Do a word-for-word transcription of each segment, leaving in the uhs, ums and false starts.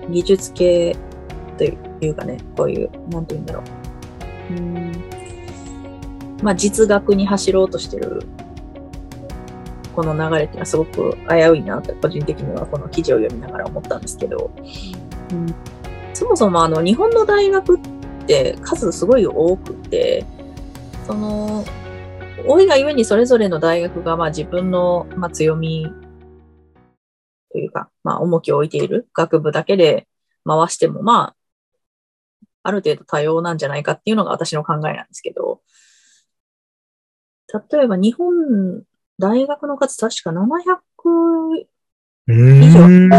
技術系というかね、こういう、なんていうんだろう。うーんまあ、実学に走ろうとしてるこの流れっていうのはすごく危ういなって個人的にはこの記事を読みながら思ったんですけど、うん、そもそもあの日本の大学って数すごい多くて、その多いがゆえにそれぞれの大学がまあ自分のまあ強みというか、まあ、重きを置いている学部だけで回してもまあある程度多様なんじゃないかっていうのが私の考えなんですけど、例えば日本大学の数確かななひゃくう以上。 ーん。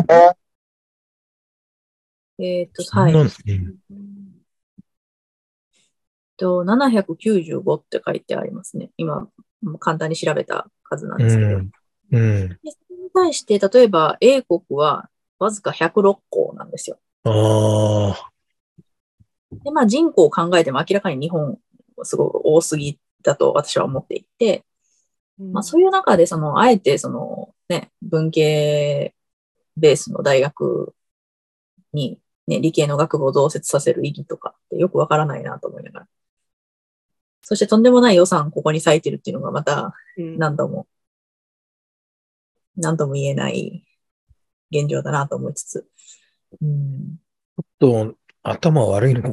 えっと、 そんはい。 なんですね。 と、ななひゃくきゅうじゅうごって書いてありますね。今、簡単に調べた数なんうですけど。 ん。うん。 でそれに対して、例えば、英国はわずかひゃくろっこう校なんですよ。 ああ。 で、まあ人口を考えても明らかに日本はすごく多すぎだと私は思っていて、まあそういう中で、その、あえてその、ね、文系ベースの大学に、ね、理系の学部を増設させる意義とかってよくわからないなと思いながら。そしてとんでもない予算ここに割いてるっていうのがまた何度も、何度も言えない現状だなと思いつつ。うん、 と、頭悪いのか。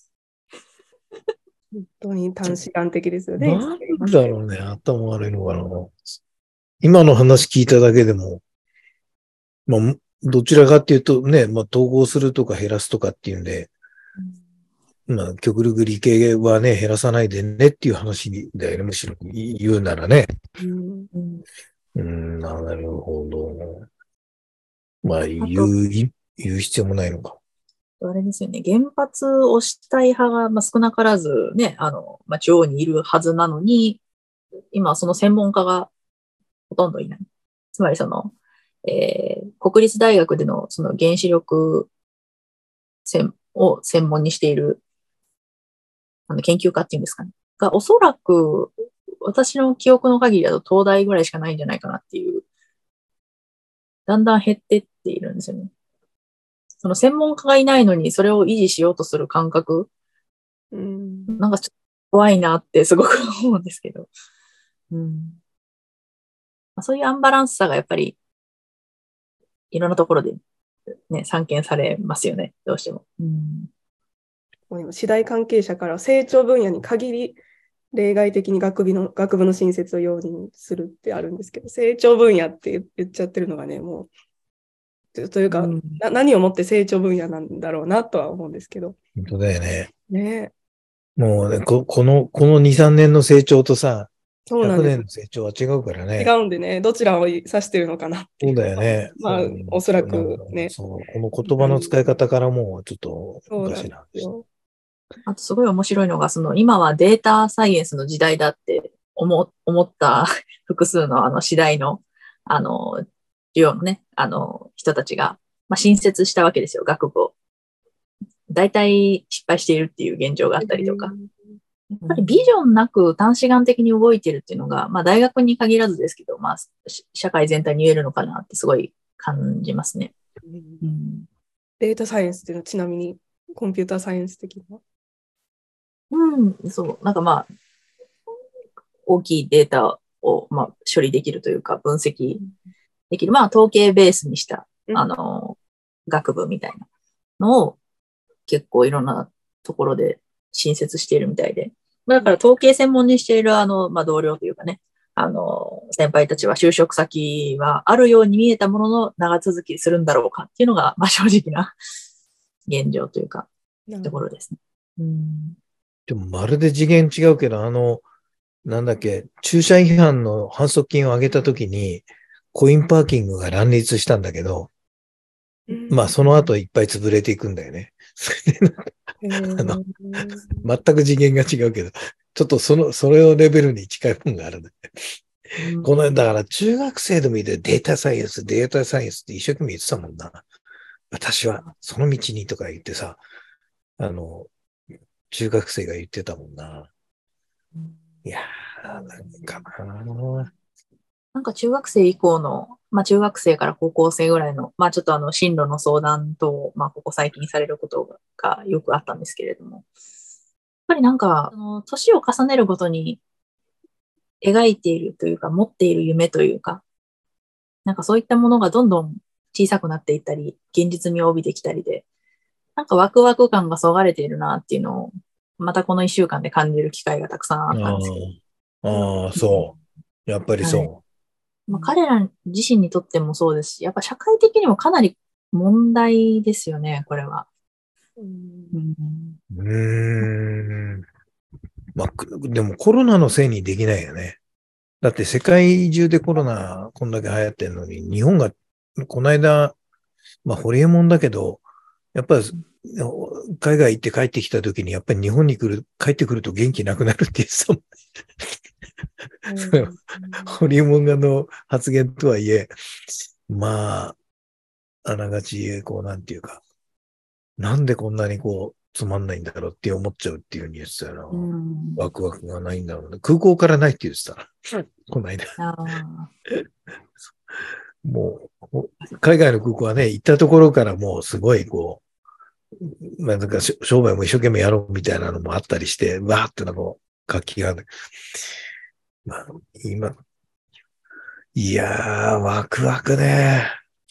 本当に短視眼的ですよね。 なんだろうね、頭悪いのかな。今の話聞いただけでも、まあ、どちらかっていうとね、まあ、統合するとか減らすとかっていうんで、まあ、極力理系はね、減らさないでねっていう話だよね、むしろ言うならね。 うん、 うん、なるほど。まあ、 あと、 言う、言う必要もないのか。 あれですよね、原発をしたい派が、まあ、少なからずね、あの、まあ、地方にいるはずなのに、今その専門家がほとんどいない。つまりその、えー、国立大学でのその原子力専を専門にしているあの研究家っていうんですかね。が、おそらく私の記憶の限りだと東大ぐらいしかないんじゃないかなっていう、だんだん減ってっているんですよね。その専門家がいないのにそれを維持しようとする感覚、 うん、 なんかちょっと怖いなってすごく思うんですけど。うんまあ、そういうアンバランスさがやっぱりいろんなところでね、散見されますよね。どうしても。うん今、次第関係者から成長分野に限り、例外的に学部の学部の新設を容認するってあるんですけど、成長分野って言っちゃってるのがね、もう、というか、 うんな何をもって成長分野なんだろうなとは思うんですけど。 本当だよね。 ねもうね、こ、この、このに、さんねんの成長とさ、100 そうなんです。 年の成長は違うから違ね。 うんでね、どちらを指してるのかなってそういう。 だよね。 まあ、 うん、 おそらなんかくね。 そう、この言葉の使い方からもうちょっとおそうなんかしいな。 ですよ。 あとすごい面白いのが、その今はデータサイエンスの時代だって思思った複数のあの次第の、あの、授業のね、あの人たちが、まあ、新設したわけですよ、学部を。大体失敗しているっていう現状があったりとか。やっぱりビジョンなく短視眼的に動いてるっていうのが、まあ大学に限らずですけど、まあ社会全体に言えるのかなってすごい感じますね。うん、 データサイエンスっていうのはちなみにコンピューターサイエンス的な。 うん、そう、なんかまあ大きいデータを、まあ、処理できるというか分析できる、まあ統計ベースにした、あの、学部みたいなのを結構いろんなところで新設しているみたいで。だから統計専門にしているあの、まあ、同僚というかね、あの、先輩たちは就職先はあるように見えたものの長続きするんだろうかっていうのが、まあ、正直な現状というか、ところですね。うん、 でもまるで次元違うけど、あの、なんだっけ、駐車違反の反則金を上げたときに、コインパーキングが乱立したんだけど、まあその後いっぱい潰れていくんだよね。あの、全く次元が違うけど、ちょっとその、それをレベルに近いものがあるね。 うん、 この、だから中学生でもいいでデータサイエンス、データサイエンスって一生懸命言ってたもんな。私はその道にとか言ってさ、あの、中学生が言ってたもんな。いやー、なんかな。 なんか中学生以降の、まあ中学生から高校生ぐらいの、まあちょっとあの進路の相談と、まあここ最近されることがよくあったんですけれども、やっぱりなんか、あの年を重ねるごとに描いているというか、持っている夢というか、なんかそういったものがどんどん小さくなっていったり、現実味を帯びてきたりで、なんかワクワク感がそがれているなっていうのを、またこの一週間で感じる機会がたくさんあったんですけど。 ああ、ああ、そう。やっぱりはい。 そまあ、彼ら自身にとってもそうですし、やっぱ社会的にもかなり問題ですよね、これは。 うんうん、 う。うーん。まあ、くでもコロナのせいにできないよね。だって世界中でコロナこんだけ流行ってるのに、日本が、この間、まあ、ホリエモンだけど、やっぱり海外行って帰ってきた時に、やっぱり日本に来る、帰ってくると元気なくなるって言ってたもん。 うそれはんホリエモンがの発言とはいえ、まあ、あながち、こう、なんていうか、なんでこんなにこう、つまんないんだろうって思っちゃうっていうふうに言ってたような。 ん、 ワクワクがないんだろうね。空港からないって言ってたな。この間。 ああ、 もう、海外の空港はね、行ったところからもうすごいこう、まあなんかし商売も一生懸命やろうみたいなのもあったりして、わーってなんか活気がある。まあ、今、いやー、ワクワクね。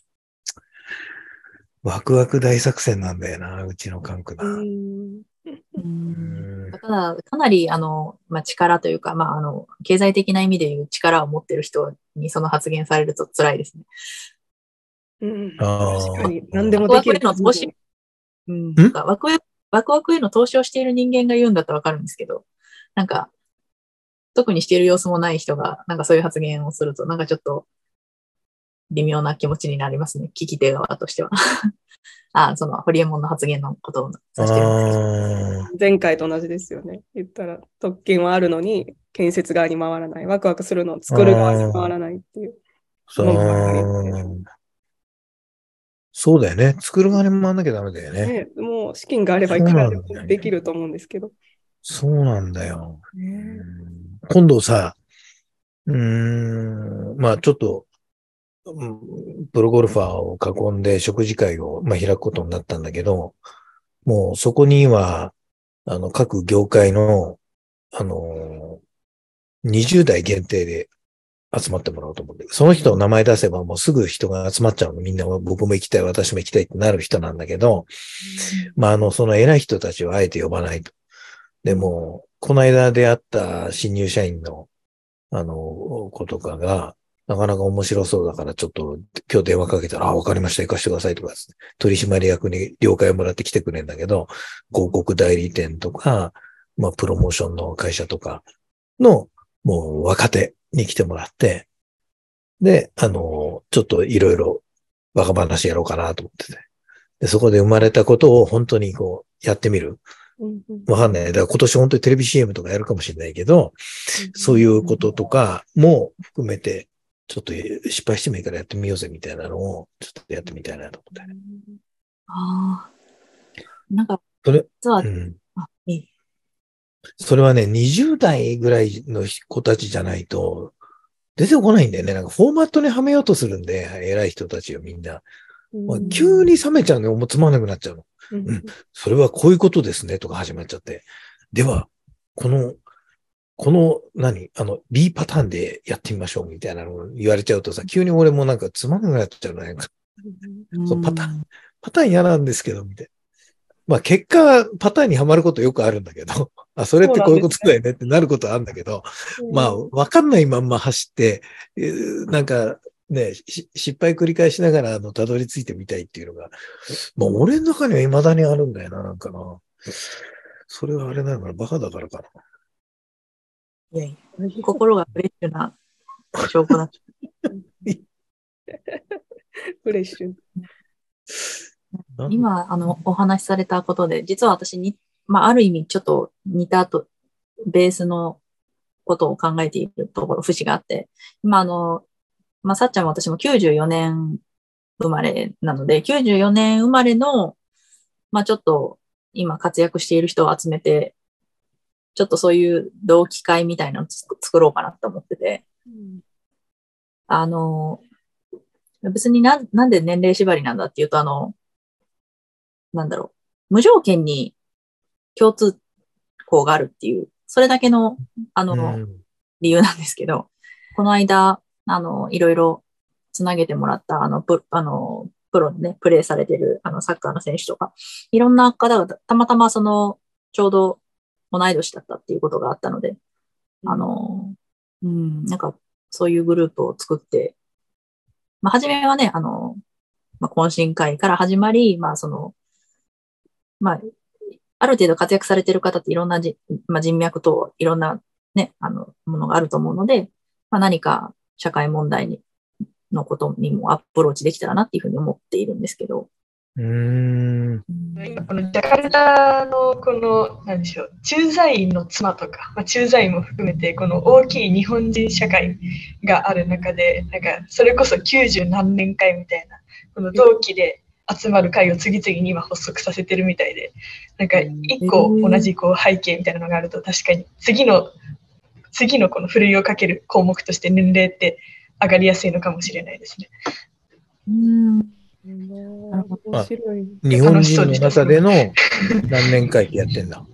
ワクワク大作戦なんだよな、うちのカンクうな。 んううん。 ん。 ただ、かなり、あの、まあ、力というか、まあ、あの、経済的な意味でいう力を持っている人にその発言されると辛いですね。 うん確かあに何でワクワクへもできるとの投資、 思うん、 あ。んなんかワクワク、ワクワクへの投資をしている人間が言うんだったらわかるんですけど、なんか、特にしている様子もない人が、なんかそういう発言をすると、なんかちょっと微妙な気持ちになりますね。聞き手側としては。あ、その、ホリエモンの発言のことをあ指してるんですけど。 あ。 う。前回と同じですよね。言ったら特権はあるのに建設側に回らない。ワクワクするのをあ作る側に回あ。 らないっていうさのがありますね。 あ。そうだよね。作る側に回んなきゃダメだよね。 ね、もう資金があればいそうなくらでもんだよね。 できると思うんですけど。 そうなんだよ。うねん今度さ、うーん、まあちょっと、うんプロゴルファーを囲んで食事会を、まあ、開くことになったんだけど、もうそこには、あの、各業界の、あの、にじゅう代限定で集まってもらおうと思って、その人の名前出せばもうすぐ人が集まっちゃうの。みんな僕も行きたい、私も行きたいってなる人なんだけど、まああの、その偉い人たちをあえて呼ばないと。でも、この間出会った新入社員の、あの、子とかが、なかなか面白そうだから、ちょっと今日電話かけたら、あ、わかりました、行かせてくださいとか、取締役に了解をもらって来てくれるんだけど、広告代理店とか、まあ、プロモーションの会社とかの、もう若手に来てもらって、で、あの、ちょっといろいろ若話やろうかなと思ってて。で、そこで生まれたことを本当にこう、やってみる。 うんうんわかんない。だから今年本当にテレビ シーエム とかやるかもしれないけど、 うんそういうこととかも含めて、ちょっと失敗してもいいからやってみようぜみたいなのを、ちょっとやってみたいなと思って。 ああ、なんか、 それ、 実は、 うん。 あ、いい。 それはね、にじゅう代ぐらいの子たちじゃないと、出てこないんだよね。なんかフォーマットにはめようとするんで、偉い人たちがみんな。まあうん急に冷めちゃうのよ。もうつまんなくなっちゃうの。 うんうん。それはこういうことですね。とか始まっちゃって。では、この、この、何あの、B パターンでやってみましょうみたいなのを言われちゃうとさ、急に俺もなんかつまんなくなっちゃうのね。 うそう、パターン、 ん。 パターン嫌なんですけど、みたいな。まあ結果、パターンにはまることよくあるんだけど、あ、それっそうてこういうなんですね。 ことだよねってなることはあるんだけど、まあ、 うんわかんないまんま走って、えーなんか、ね、し失敗繰り返しながら、あの、たどり着いてみたいっていうのが、まあ、俺の中には未だにあるんだよな、なんかな。それはあれなのかな、バカだからかな。 いやいや、心がフレッシュな証拠だ。 フレッシュ。 なん今、あの、お話しされたことで、実は私に、まあ、ある意味ちょっと似たと、ベースのことを考えているところ、節があって、今、あの、まあ、さっちゃんも私もきゅうじゅうよねん生まれなので、きゅうじゅうよねん生まれの、まあ、ちょっと今活躍している人を集めて、ちょっとそういう同期会みたいなのを作ろうかなと思ってて、 うんあの、別にな、なんで年齢縛りなんだっていうと、あの、なんだろう、無条件に共通項があるっていう、それだけの、あの、 うん理由なんですけど、この間、あの、いろいろつなげてもらった、あの、プあのプロでね、プレイされてる、あの、サッカーの選手とか、いろんな方々、たまたまその、ちょうど同い年だったっていうことがあったので、あの、うん、なんか、そういうグループを作って、まあ、初めはね、あの、まあ、懇親会から始まり、まあ、その、まあ、ある程度活躍されてる方っていろんなじ、まあ、人脈といろんなね、あの、ものがあると思うので、まあ、何か社会問題にのことにもアプローチできたらなっていうふうに思っているんですけど。 うーん。 今このジャカルタのこの何でしょう、駐在員の妻とか、まあ、駐在員も含めてこの大きい日本人社会がある中で、なんかそれこそきゅうじゅう何年会みたいなこの同期で集まる会を次々に今発足させてるみたいで、なんか一個同じこう背景みたいなのがあると、確かに次の次のこのふるいをかける項目として年齢って上がりやすいのかもしれないですね。 うん面白い。 日本人の中での何年会ってやってんだ。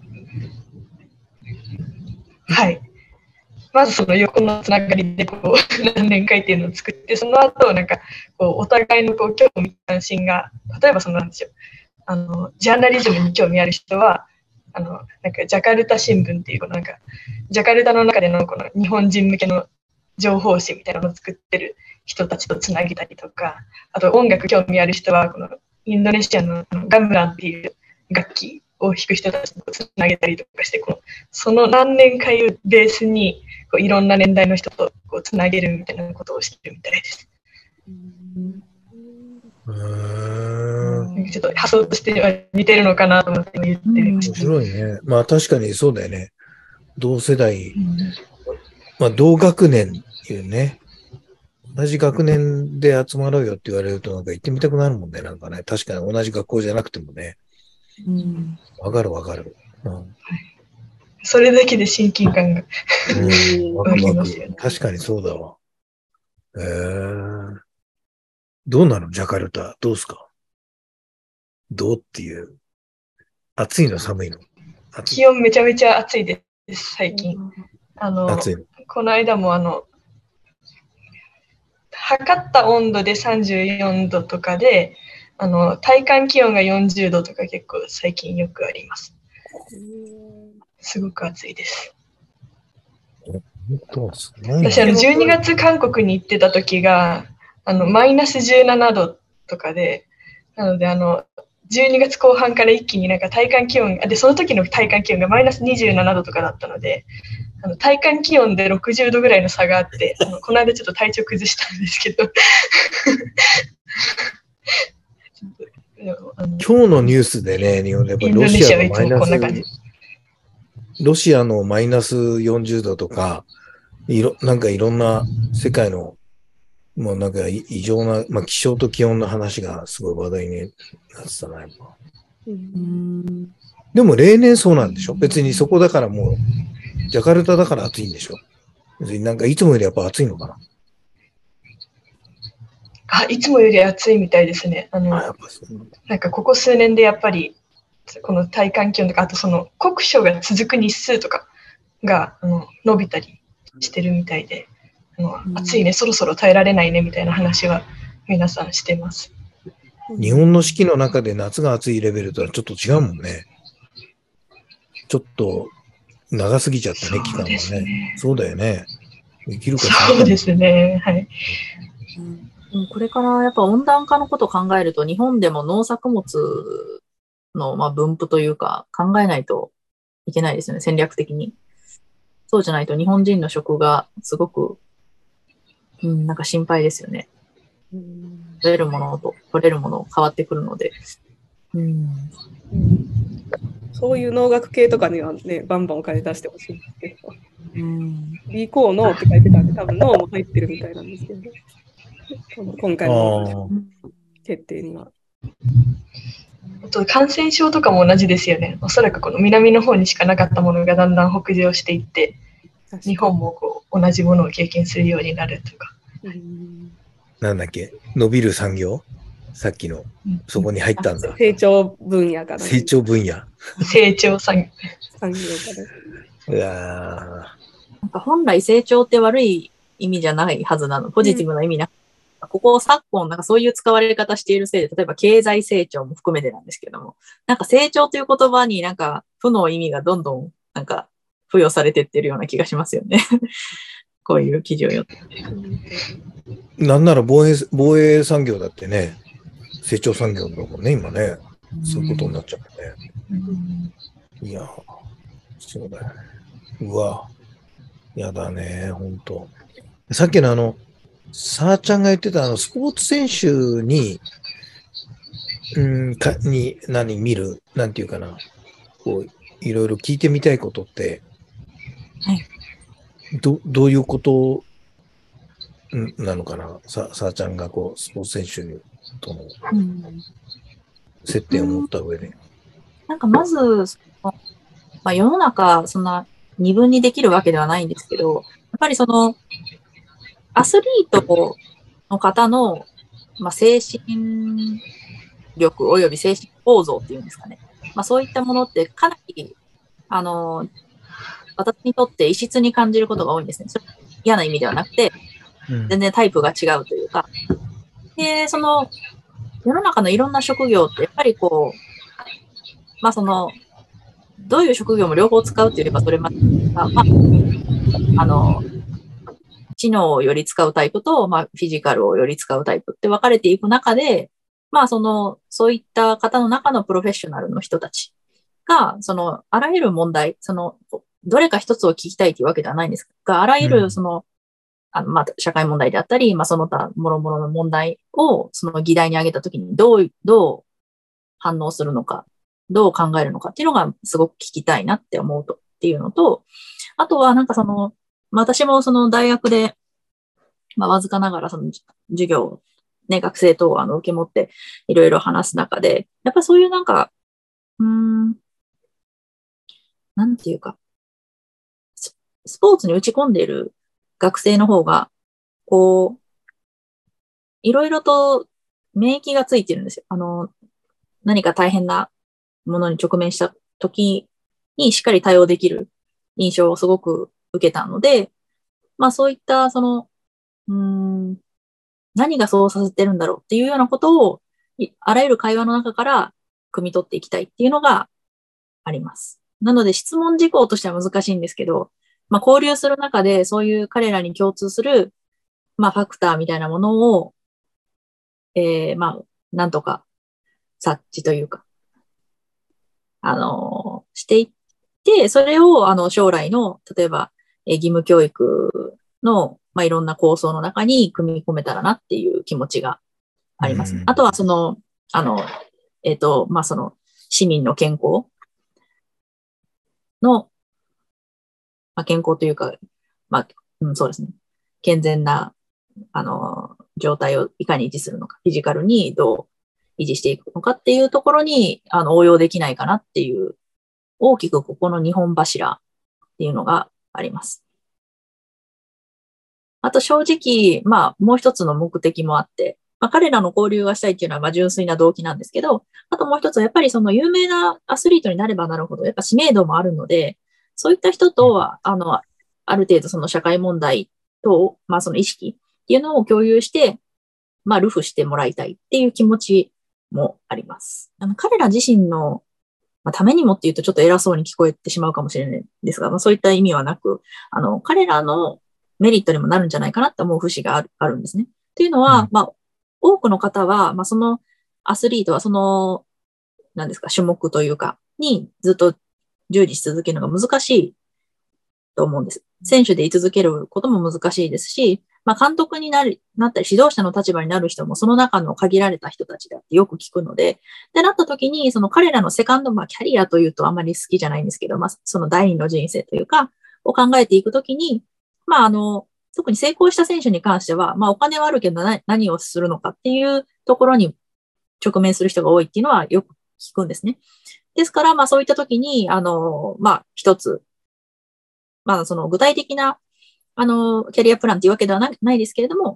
はい。まずその横のつながりでこう何年会っていうのを作って、その後なんかこうお互いのこう興味関心が、例えばそのなんでしょう、あのジャーナリズムに興味ある人はあのなんかジャカルタ新聞っていうこのなんかジャカルタの中でのこの日本人向けの情報誌みたいなのを作ってる人たちとつなげたりとか、あと音楽興味ある人はこのインドネシアのガムランっていう楽器を弾く人たちとつなげたりとかして、このその何年会をベースにこういろんな年代の人とこうつなげるみたいなことをしてるみたいです。 うーん。 ちょっと発想としては似てるのかなと思って言ってみました。 面白いね。まあ確かにそうだよね。同世代、まあ同学年っていうね。同じ学年で集まろうよって言われるとなんか行ってみたくなるもんね。なんかね。確かに同じ学校じゃなくてもね。わかるわかる。うん、 それだけで親近感がうんわくわく湧きますよね。 確かにそうだわ。えー、どうなのジャカルタ。どうすかどうっていう。暑いの寒いの暑い気温めちゃめちゃ暑いです、最近。あの、 暑いのこの間もあの、測った温度でさんじゅうよんどとかで、あの体感気温がよんじゅうどとか結構最近よくあります。すごく暑いです。私あのじゅうにがつ韓国に行ってた時があのマイナスじゅうななどとかで、なのであのじゅうにがつこう半から一気になんか体感気温で、その時の体感気温がマイナスにじゅうななどとかだったので、あの体感気温でろくじゅうどぐらいの差があって、あのこの間ちょっと体調崩したんですけど今日のニュースでね、日本でやっぱりロシアのマイナス、ロシアのマイナスよんじゅうどとか、いろ、なんかいろんな世界の、もうなんか異常な、まあ気象と気温の話がすごい話題になってたな、やっぱ。うん、でも例年そうなんでしょ？別にそこだからもう、ジャカルタだから暑いんでしょ？別になんかいつもよりやっぱ暑いのかな？ あ、いつもより暑いみたいですね。あの、あなんかここ数年でやっぱり、この体感気温とか、あとその酷暑が続く日数とかがあの伸びたりしてるみたいで、あの、うん、暑いね、そろそろ耐えられないねみたいな話は皆さんしてます。 日本の四季の中で夏が暑いレベルとはちょっと違うもんね。ちょっと長すぎちゃったね、期間がね。ねそうだよね。生きるかそうですね。はい。 うんこれからやっぱ温暖化のことを考えると、日本でも農作物のまあ分布というか考えないといけないですよね、戦略的に。そうじゃないと日本人の食がすごく、うん、なんか心配ですよね。取れるものと取れるもの変わってくるので。うん、 そういう農学系とかにはね、バンバンお金出してほしいんですけど。うん、B コー農って書いてたんで、多分農も入ってるみたいなんですけど。今回の決定には。 あと感染症とかも同じですよね。おそらくこの南の方にしかなかったものがだんだん北上していって、日本もこう同じものを経験するようになるとか、 うんなんだっけ、伸びる産業さっきの、そこに入ったんだ。 成長分野かな。 成長分野。 成長産業。 産業かな。 うわなんか本来成長って悪い意味じゃないはずなの。ポジティブな意味な。ここ昨今、なんかそういう使われ方しているせいで、例えば経済成長も含めてなんですけども、なんか成長という言葉になんか負の意味がどんどんなんか付与されてってるような気がしますよね。こういう記事を読んで。 ーなんなら防衛、防衛産業だってね、成長産業だもんね、今ね。そういうことになっちゃうね。いや、そうだよね。うわ、やだね、ほんと。さっきのあの、さあちゃんが言ってたあの、スポーツ選手に、うん、か、に、何、見る、なんていうかな、こう、いろいろ聞いてみたいことって、 はい。 ど、どういうことんなのかな、さ、さあちゃんがこう、スポーツ選手とのうん接点を持った上で。 なんかまず、そのまあ、世の中、そんな二分にできるわけではないんですけど、やっぱりその、アスリートの方の、まあ、精神力及び精神構造っていうんですかね。まあ、そういったものってかなり、あの、私にとって異質に感じることが多いんですね。それ嫌な意味ではなくて、 うん全然タイプが違うというか。で、その、世の中のいろんな職業ってやっぱりこう、まあその、どういう職業も両方使うっていうよりは、それまで、まあ、まあ、あの、知能をより使うタイプと、まあ、フィジカルをより使うタイプって分かれていく中で、まあ、その、そういった方の中のプロフェッショナルの人たちが、その、あらゆる問題、その、どれか一つを聞きたいというわけではないんですが、あらゆる、その、あの、まあ、社会問題であったり、まあ、その他、もろもろの問題を、その議題に挙げたときに、どう、どう反応するのか、どう考えるのかっていうのが、すごく聞きたいなって思うと、っていうのと、あとは、なんかその、まあ私もその大学で、まあ、わずかながらその授業、ね、学生とあの受け持っていろいろ話す中で、やっぱそういうなんか、うーん、なんていうか、ススポーツに打ち込んでいる学生の方が、こう、いろいろと免疫がついてるんですよ。あの、何か大変なものに直面した時にしっかり対応できる印象をすごく受けたので、まあそういったその、うーん、何がそうさせてるんだろうっていうようなことを、あらゆる会話の中から汲み取っていきたいっていうのがあります。なので質問事項としては難しいんですけど、まあ交流する中でそういう彼らに共通する、まあファクターみたいなものを、えー、まあ、なんとか察知というか、あのー、していって、それをあの将来の、例えば、えー、義務教育の、まあ、いろんな構想の中に組み込めたらなっていう気持ちがありますね。あとはその、あの、えっと、まあ、その、市民の健康の、まあ、健康というか、まあ、うん、そうですね。健全な、あの、状態をいかに維持するのか、フィジカルにどう維持していくのかっていうところに、あの、応用できないかなっていう、大きくここの日本柱っていうのがあります。あと正直、まあ、もう一つの目的もあって、まあ、彼らの交流がしたいっていうのは、まあ、純粋な動機なんですけど、あともう一つは、やっぱりその有名なアスリートになればなるほど、やっぱ知名度もあるので、そういった人とは、あの、ある程度その社会問題と、まあ、その意識っていうのを共有して、まあ、ルフしてもらいたいっていう気持ちもあります。あの彼ら自身の、まあ、ためにもっていうとちょっと偉そうに聞こえてしまうかもしれないんですが、まあ、そういった意味はなく、あの、彼らのメリットにもなるんじゃないかなって思う節がある、あるんですね。っていうのは、うん、まあ、多くの方は、まあ、そのアスリートはその、何ですか、種目というか、にずっと従事し続けるのが難しいと思うんです。選手で居続けることも難しいですし、まあ、監督になる、なったり指導者の立場になる人もその中の限られた人たちだってよく聞くので、で、なった時に、その彼らのセカンド、まあ、キャリアというとあんまり好きじゃないんですけど、まあ、その第二の人生というか、を考えていくときに、まあ、あの、特に成功した選手に関しては、まあ、お金はあるけど何、何をするのかっていうところに直面する人が多いっていうのはよく聞くんですね。ですから、まあ、そういったときに、あの、まあ、一つ、まあ、その具体的な、あの、キャリアプランというわけではな、ないですけれども、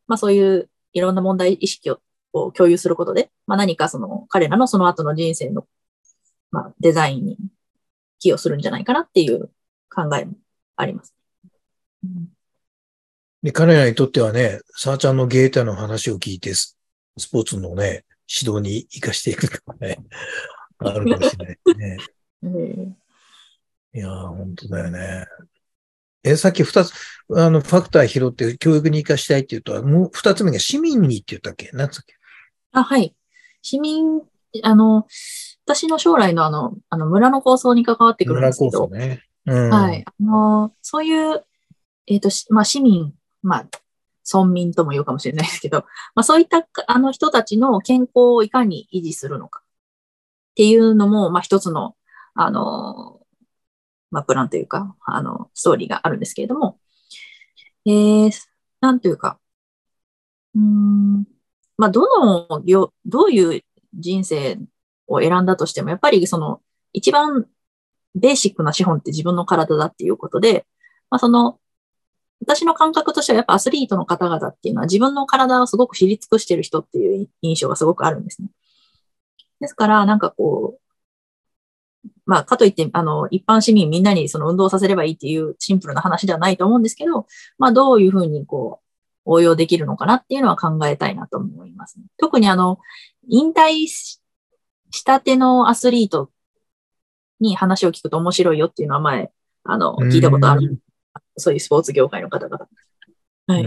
まあそういういろんな問題意識をを共有することで、まあ何かその彼らのその後の人生の、まあ、デザインに寄与するんじゃないかなっていう考えもあります。うん、 で彼らにとってはね、さーちゃんのゲータの話を聞いてス、スポーツのね、指導に活かしていくとかね、あるかもしれないね。 うん、 いやー、本当だよね。え、さっき二つ、あの、ファクター拾って教育に活かしたいって言うと、もう二つ目が市民にって言ったっけ？なんつっけ？ あ、はい。市民、あの、私の将来のあの、あの村の構想に関わってくるんですけど、 村構想ね。うん、 はい。あの、そういう、えっと、まあ、市民、まあ、村民とも言うかもしれないですけど、まあ、そういったあの人たちの健康をいかに維持するのかっていうのも、まあ、一つの、あの、まあ、プランというか、あの、ストーリーがあるんですけれども、えー、なんというか、うーん、まあ、どのよ、どういう人生を選んだとしても、やっぱりその、一番ベーシックな資本って自分の体だっていうことで、まあ、その、私の感覚としてはやっぱアスリートの方々っていうのは自分の体をすごく知り尽くしてる人っていう印象がすごくあるんですね。ですから、なんかこう、まあ、かといって、あの、一般市民みんなにその運動させればいいっていうシンプルな話ではないと思うんですけど、まあ、どういうふうにこう、応用できるのかなっていうのは考えたいなと思いますね。特にあの、引退したてのアスリートに話を聞くと面白いよっていうのは前、あの、聞いたことある。そういうスポーツ業界の方々。はい。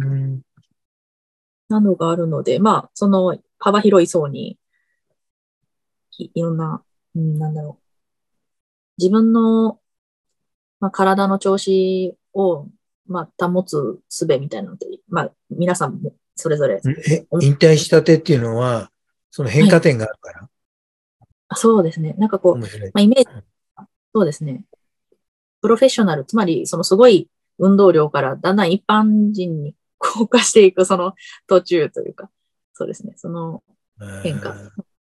などがあるので、まあ、その幅広い層に、い, いろんな、うん、なんだろう。自分の、まあ、体の調子を、まあ、保つ術みたいなので、まあ、皆さんもそれぞれ。 え、引退したてっていうのは、その変化点があるから、はい、 あそうですね。なんかこう、まあ、イメージ、そうですね。プロフェッショナル、つまり、そのすごい運動量からだんだん一般人に降下していく、その途中というか、そうですね。その変化。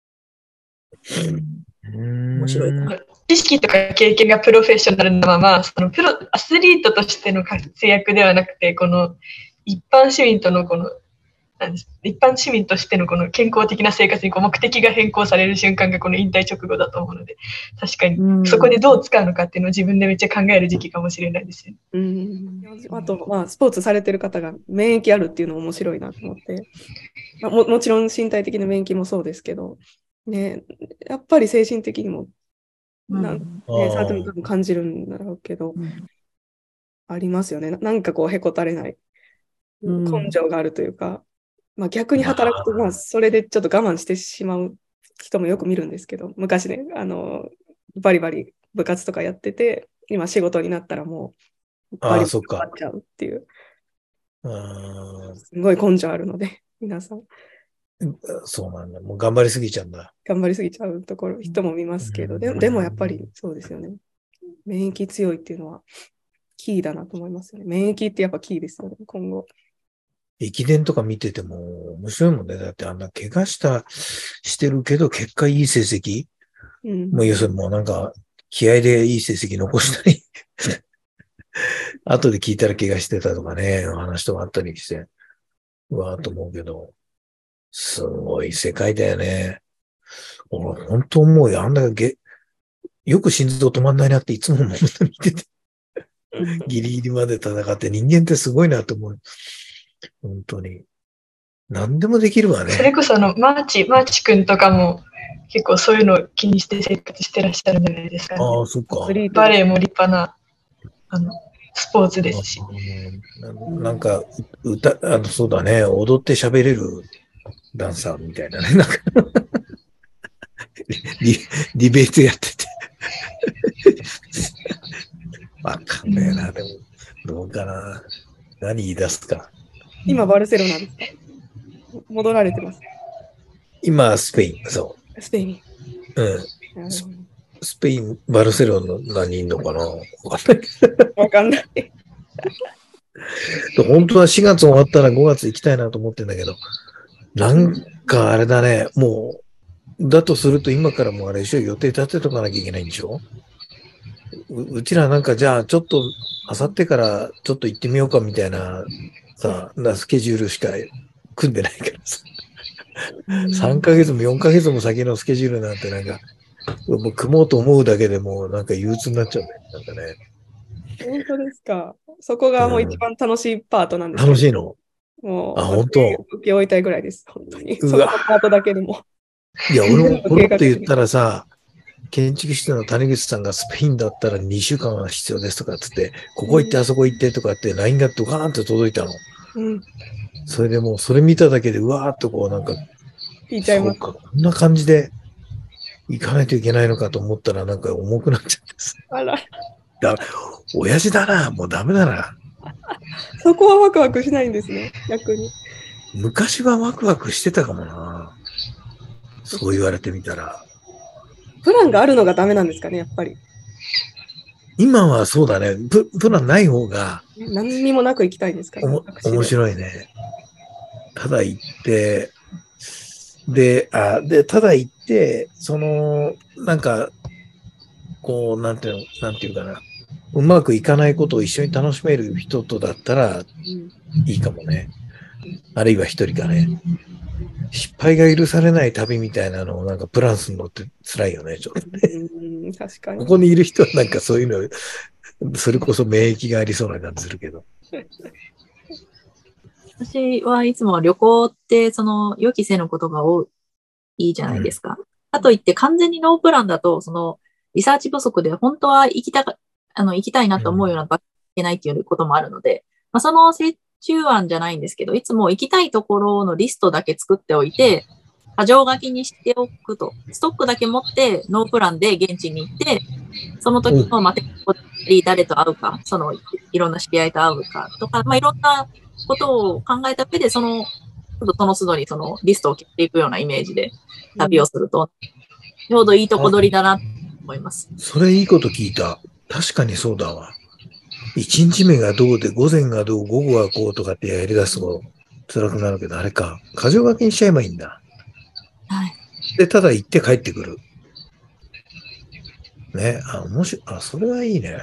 うん、面白いかな。 知識とか経験がプロフェッショナルなまま、そのプロ、アスリートとしての活躍ではなくて、この一般市民とのこの、一般市民としてのこの健康的な生活にこう目的が変更される瞬間がこの引退直後だと思うので、確かにそこでどう使うのかっていうのを自分でめっちゃ考える時期かもしれないですよね。 うん、あと、まあ、スポーツされてる方が免疫あるっていうのも面白いなと思って、まあ、も, もちろん身体的な免疫もそうですけど、ね、やっぱり精神的にも、なんね、さても多分感じるんだろうけど、うん、ありますよね。なんかこうへこたれない、根性があるというか、まあ、逆に働くと、まあ、それでちょっと我慢してしまう人もよく見るんですけど、昔ね、あの、バリバリ部活とかやってて、今仕事になったらもう、バリバリ変わっちゃうっていう。 あすごい根性あるので、皆さん。 そうなんだ。もう頑張りすぎちゃうんだ。 頑張りすぎちゃうところ、人も見ますけど、で, でもやっぱりそうですよね。免疫強いっていうのはキーだなと思いますよね。免疫ってやっぱキーですよね、今後。 駅伝とか見てても面白いもんね。だってあんな怪我した、してるけど結果いい成績、うん、もう要するにもうなんか気合でいい成績残したり後で聞いたら怪我してたとかね、話とかあったりして、うわーと思うけど、すごい世界だよね。俺本当思うよ。あんだけ、よく心臓止まんないなっていつも思って見てて。ギリギリまで戦って人間ってすごいなと思う。本当に。何でもできるわね。 それこそあの、マーチ、マーチ君とかも結構そういうのを気にして生活してらっしゃるんじゃないですかね。 ああ、そっか。 バレエも立派な、あの、スポーツですし。 なんか、歌、あの、そうだね、踊って喋れるダンサーみたいなね。なんかディ、ディベートやってて。わかんねえな、でも、どうかな。何言い出すか。 今、バルセロナですか？戻られてます。 今、スペイン、そう。 スペイン。 うん。ス, スペイン、バルセロナにいんのかな？ わかんない。 本当はしがつ終わったらごがつ行きたいなと思ってんだけど、なんかあれだね、もう、だとすると今からもうあれでしょ、予定立てとかなきゃいけないんでしょ？ う, うちらなんかじゃあちょっと、あさってからちょっと行ってみようかみたいなさ、なスケジュールしか組んでないからさ。さんかげつもよんかげつも先のスケジュールなんてなんか、もう組もうと思うだけでもうなんか憂鬱になっちゃうんだよ。なんかね。 本当ですか。そこがもう一番楽しいパートなんですけど、 楽しいの。あ、 もう、 本当。 受け負いたいぐらいです。本当に。 うわそこのパートだけでも。 いや、俺もポロッと言ったらさ、建築士の谷口さんがスペインだったらにしゅうかんは必要ですとかつって、ここ行ってあそこ行ってとかって ライン がドカーンって届いたの。 うん。 それでもうそれ見ただけでうわーっとこうなんか、 聞いちゃいます。 そうか、こんな感じで行かないといけないのかと思ったらなんか重くなっちゃってさ。 あら。 だ、親父だな、もうダメだな。 そこはワクワクしないんですね、逆に。 昔はワクワクしてたかもな。そう言われてみたら。 プランがあるのがダメなんですかね、やっぱり。 今はそうだね。ププランない方が何にもなく行きたいんですかね。 お面白いね。ただ行って、で、あ、で、ただ行って、その、なんか、こう、なんていうの、なんていうかな。うまくいかないことを一緒に楽しめる人とだったらいいかもね。あるいは一人かね。失敗が許されない旅みたいなのをなんかプランするのって辛いよね、ちょっとね。 うん確かに。 ここにいる人はなんかそういうの、それこそ免疫がありそうな感じするけど。 私はいつも旅行ってその予期せぬことが多いじゃないですか。うん、かといって完全にノープランだと、そのリサーチ不足で本当は行きたか、あの、行きたいなと思うような場所に行けないっていうこともあるので、まあ、その折衷案じゃないんですけど、いつも行きたいところのリストだけ作っておいて、箇条書きにしておくと、ストックだけ持ってノープランで現地に行って、その時のまた誰と会うか、そのいろんな知り合いと会うかとか、まあ、いろんなことを考えた上で、その、その都度にそのリストを切っていくようなイメージで旅をすると、ちょうどいいとこ取りだなと思います。 それいいこと聞いた。確かにそうだわ。一日目がどうで、午前がどう、午後がこうとかってやり出すと辛くなるけど、あれか。箇条書きにしちゃえばいいんだ。 はい。 で、ただ行って帰ってくる。ね。あ、面白い。あ、それはいいね。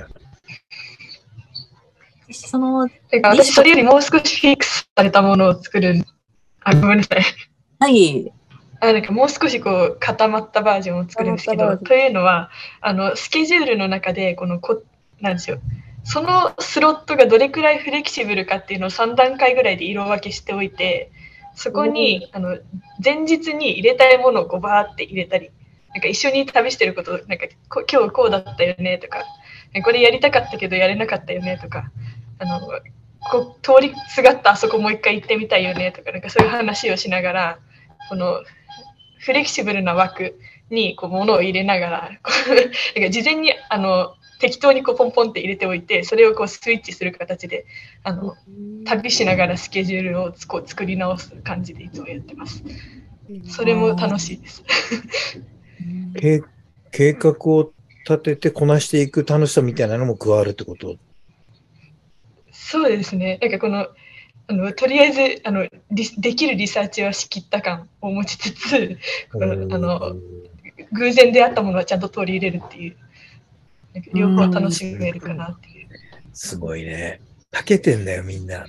その、 てか私、それよりもう少しフィックスされたものを作る。あ、ごめんなさい。 はい。 あなんかもう少しこう固まったバージョンを作るんですけど、というのは、あのスケジュールの中でこのこなんですよ。そのスロットがどれくらいフレキシブルかっていうのをさん段階ぐらいで色分けしておいて、そこにあの前日に入れたいものをこうバーって入れたり、なんか一緒に旅してること、なんかこ今日こうだったよねとか、これやりたかったけどやれなかったよねとか、あのこう通りすがったあそこもう一回行ってみたいよねとか、なんかそういう話をしながら、このフレキシブルな枠にこう物を入れながら、なんか事前にあの適当にこうポンポンって入れておいて、それをこうスイッチする形であの旅しながらスケジュールをこう作り直す感じでいつもやってます。それも楽しいです。 計, 計画を立ててこなしていく楽しさみたいなのも加わるってこと？ そうですね。なんかこのあのとりあえずあのできるリサーチはしきった感を持ちつつ、あの偶然出会ったものはちゃんと取り入れるっていう、なんか両方楽しめるかなっていう。 すごいね。たけてんだよみんな。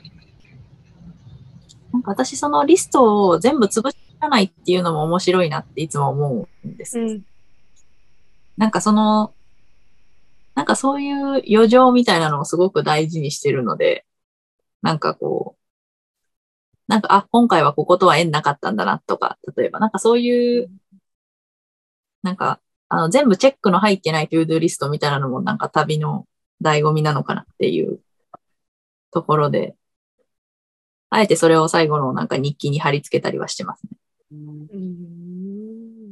なんか私そのリストを全部潰さないっていうのも面白いなっていつも思うんです。うん、なんかそのなんかそういう余剰みたいなのをすごく大事にしてるので、なんかこうなんか、あ、今回はこことは縁なかったんだなとか、例えば、なんかそういう、なんか、あの、全部チェックの入ってないトゥードゥリストみたいなのもなんか旅の醍醐味なのかなっていうところで、あえてそれを最後のなんか日記に貼り付けたりはしてますね。 うん、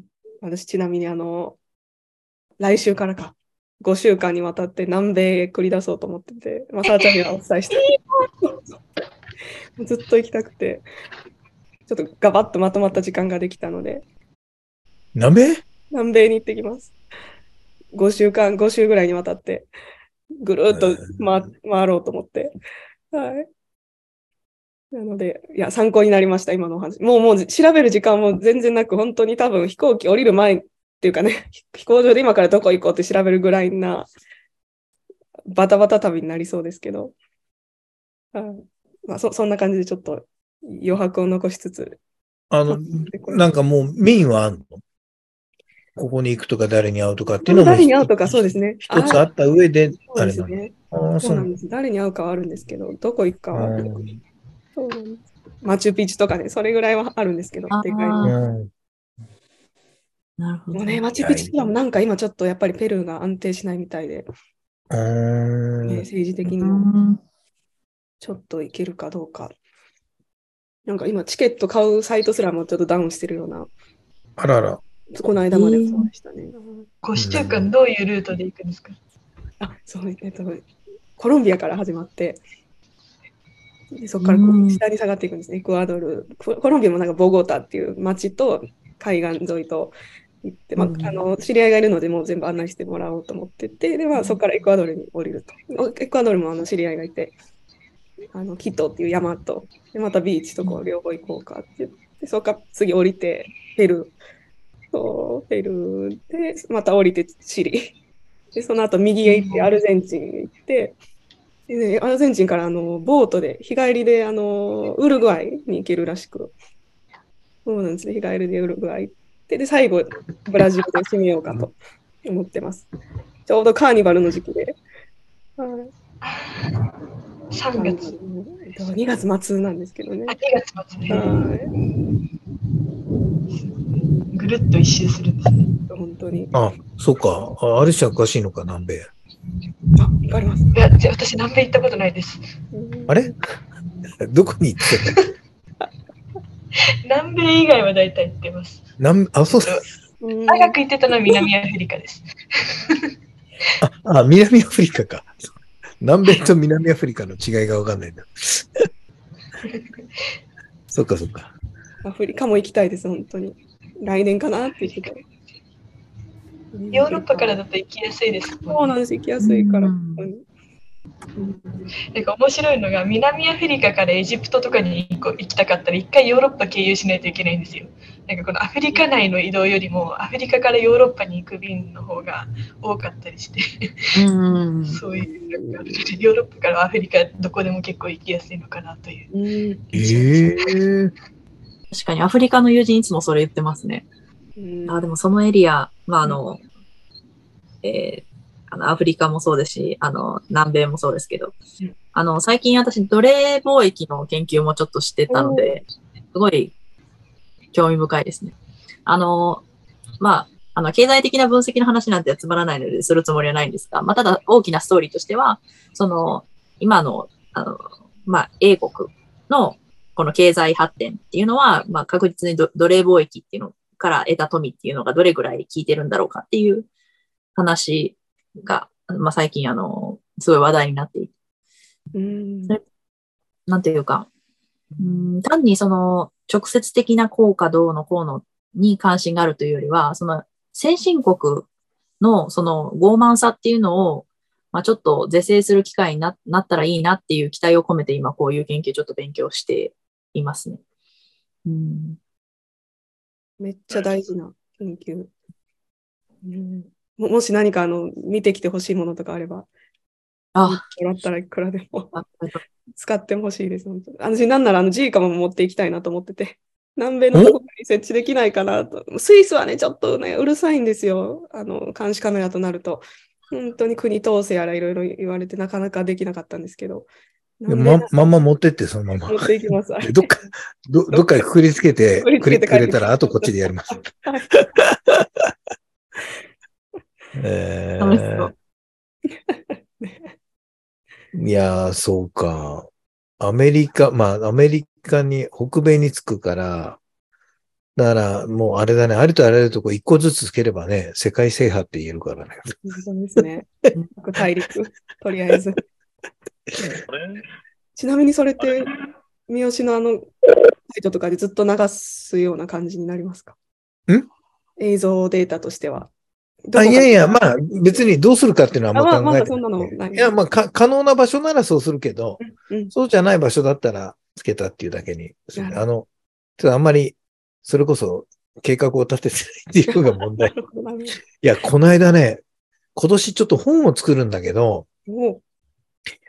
私ちなみにあの、来週からか、ごしゅうかんにわたって南米へ繰り出そうと思ってて、まあ、さあちゃんにはお伝えして。ずっと行きたくて、ちょっとガバッとまとまった時間ができたので。 南米？ 南米に行ってきます。ごしゅうかん、ご週ぐらいにわたって、ぐるっと回、回ろうと思って。はい。なので、いや、参考になりました、今のお話。もう、もう調べる時間も全然なく、本当に多分飛行機降りる前っていうかね、飛行場で今からどこ行こうって調べるぐらいな、バタバタ旅になりそうですけど。はいまあそ、そんな感じでちょっと余白を残しつつ。 あの、なんかもうメインはあんの？ここに行くとか誰に会うとかっていうのも誰に会うとかそうですね。 一つあった上で、 そうあれなの。 ですね。 ああ、そううなんんだ。 そなんです。誰に会うかはあるんですけど、どこ行くかは、 うんそうなんです。マチュピチュとかね、それぐらいはあるんですけど、 あでかいの。 あ、 うんなるほど。 もうね、マチュピチュとはなんか今ちょっとやっぱりペルーが安定しないみたいで、 うーんね、政治的にうもんちょっといけるかどうか。なんか今チケット買うサイトすらもちょっとダウンしてるような、 あらら。 この間まではそうでしたね。 ごしゅうかんどういうルートで行くんですか？ あ、そう、えっと、コロンビアから始まって、でそこからこううん下に下がっていくんですね。エクアドル、ココロンビアもなんかボゴタっていう街と海岸沿いと行って、まあ、 うんあの知り合いがいるので、もう全部案内してもらおうと思ってて、で、まあ、そこからエクアドルに降りると。エクアドルもあの知り合いがいて、あのキトっていう山と、でまたビーチとこう両方行こうかって言って、そこから次降りて、ペルー、そうペルーで、また降りてチリ。で、その後右へ行ってアルゼンチンへ行って、でね、アルゼンチンからあのボートで、日帰りであのウルグアイに行けるらしく、そうなんですね、日帰りでウルグアイ行って、で、最後、ブラジルで締めようかと思ってます。ちょうどカーニバルの時期で、はいさんがつ。 にがつ末なんですけどね。 あ、にがつ末ね。 はいぐるっと一周するんですね。 本当に。 あ、そうか。あ、あれじゃおかしいのか、南米。 あ、わかります。 いや、じゃあ私南米行ったことないです。 あれどこに行ってたの？ 南米以外は大体行ってます。 南、あ、そうだ。 うん長く行ってたのは南アフリカです。 あ、あ、南アフリカか。南米と南アフリカの違いがわかんないんだ。そっかそっか。 アフリカも行きたいです、本当に。来年かなって言ってた。 ヨーロッパからだと行きやすいですもんね。 そうなんです、行きやすいから。 うん本当になんか面白いのが南アフリカからエジプトとかに行こ行きたかったら一回ヨーロッパ経由しないといけないんですよ。なんかこのアフリカ内の移動よりもアフリカからヨーロッパに行く便の方が多かったりして、 うんそういうなんかヨーロッパからアフリカどこでも結構行きやすいのかなといううんええ確かにアフリカの友人いつもそれ言ってますね。 うんあ、でもそのエリア、まあ、あの、えーあの、アフリカもそうですし、あの、南米もそうですけどうん、 あの、最近私、奴隷貿易の研究もちょっとしてたので、すごい興味深いですね。あの、まあ、あの、経済的な分析の話なんてつまらないのでするつもりはないんですが、まあ、ただ大きなストーリーとしては、その、今の、あの、まあ、英国のこの経済発展っていうのは、まあ、確実にど奴隷貿易っていうのから得た富っていうのがどれぐらい効いてるんだろうかっていう話が、まあ、最近、あの、すごい話題になっていて、 うんなんていうか、うん単にその直接的な効果どうのこうのに関心があるというよりは、その先進国のその傲慢さっていうのを、まあ、ちょっと是正する機会にな、なったらいいなっていう期待を込めて今こういう研究ちょっと勉強していますね。うんめっちゃ大事な研究。うんももし何かあの見てきてほしいものとかあれば、 あ、 もらったらいくらでもあ使ってほしいです。本当に私、なんならあの G カも持っていきたいなと思ってて、南米のどこかに設置できないかなと。スイスはね、ちょっとね、うるさいんですよ。あの監視カメラとなると。本当に国統制やらいろいろ言われてなかなかできなかったんですけど。 ま、まんま持ってって、そのまま。 持っていきます。 でどっか、ど、どっかにくくりつけて、 くくりつけクリックくれたら、 て帰ってきますあとこっちでやります。 はいえ楽しそうー、いやー、そうか。アメリカ、まあ、アメリカに、北米に着くから、だから、もうあれだね、ありとあらゆるとこ一個ずつつければね、世界制覇って言えるからね。 そうですね。各大陸、とりあえず。ちなみにそれって、三好のあの、サイトとかでずっと流すような感じになりますか？ ん映像データとしては。どあ、 こかいやいや、まあ、別にどうするかっていうのはあんまあまあ、ま考えてだそんなのない。 いや、まあか、可能な場所ならそうするけど、 うん、 そうじゃない場所だったらつけたっていうだけにするなるほどあの、ちょっとあんまり、それこそ計画を立ててないっていうのが問題。いなるほどなるや、この間ね、今年ちょっと本を作るんだけど、 ほど。お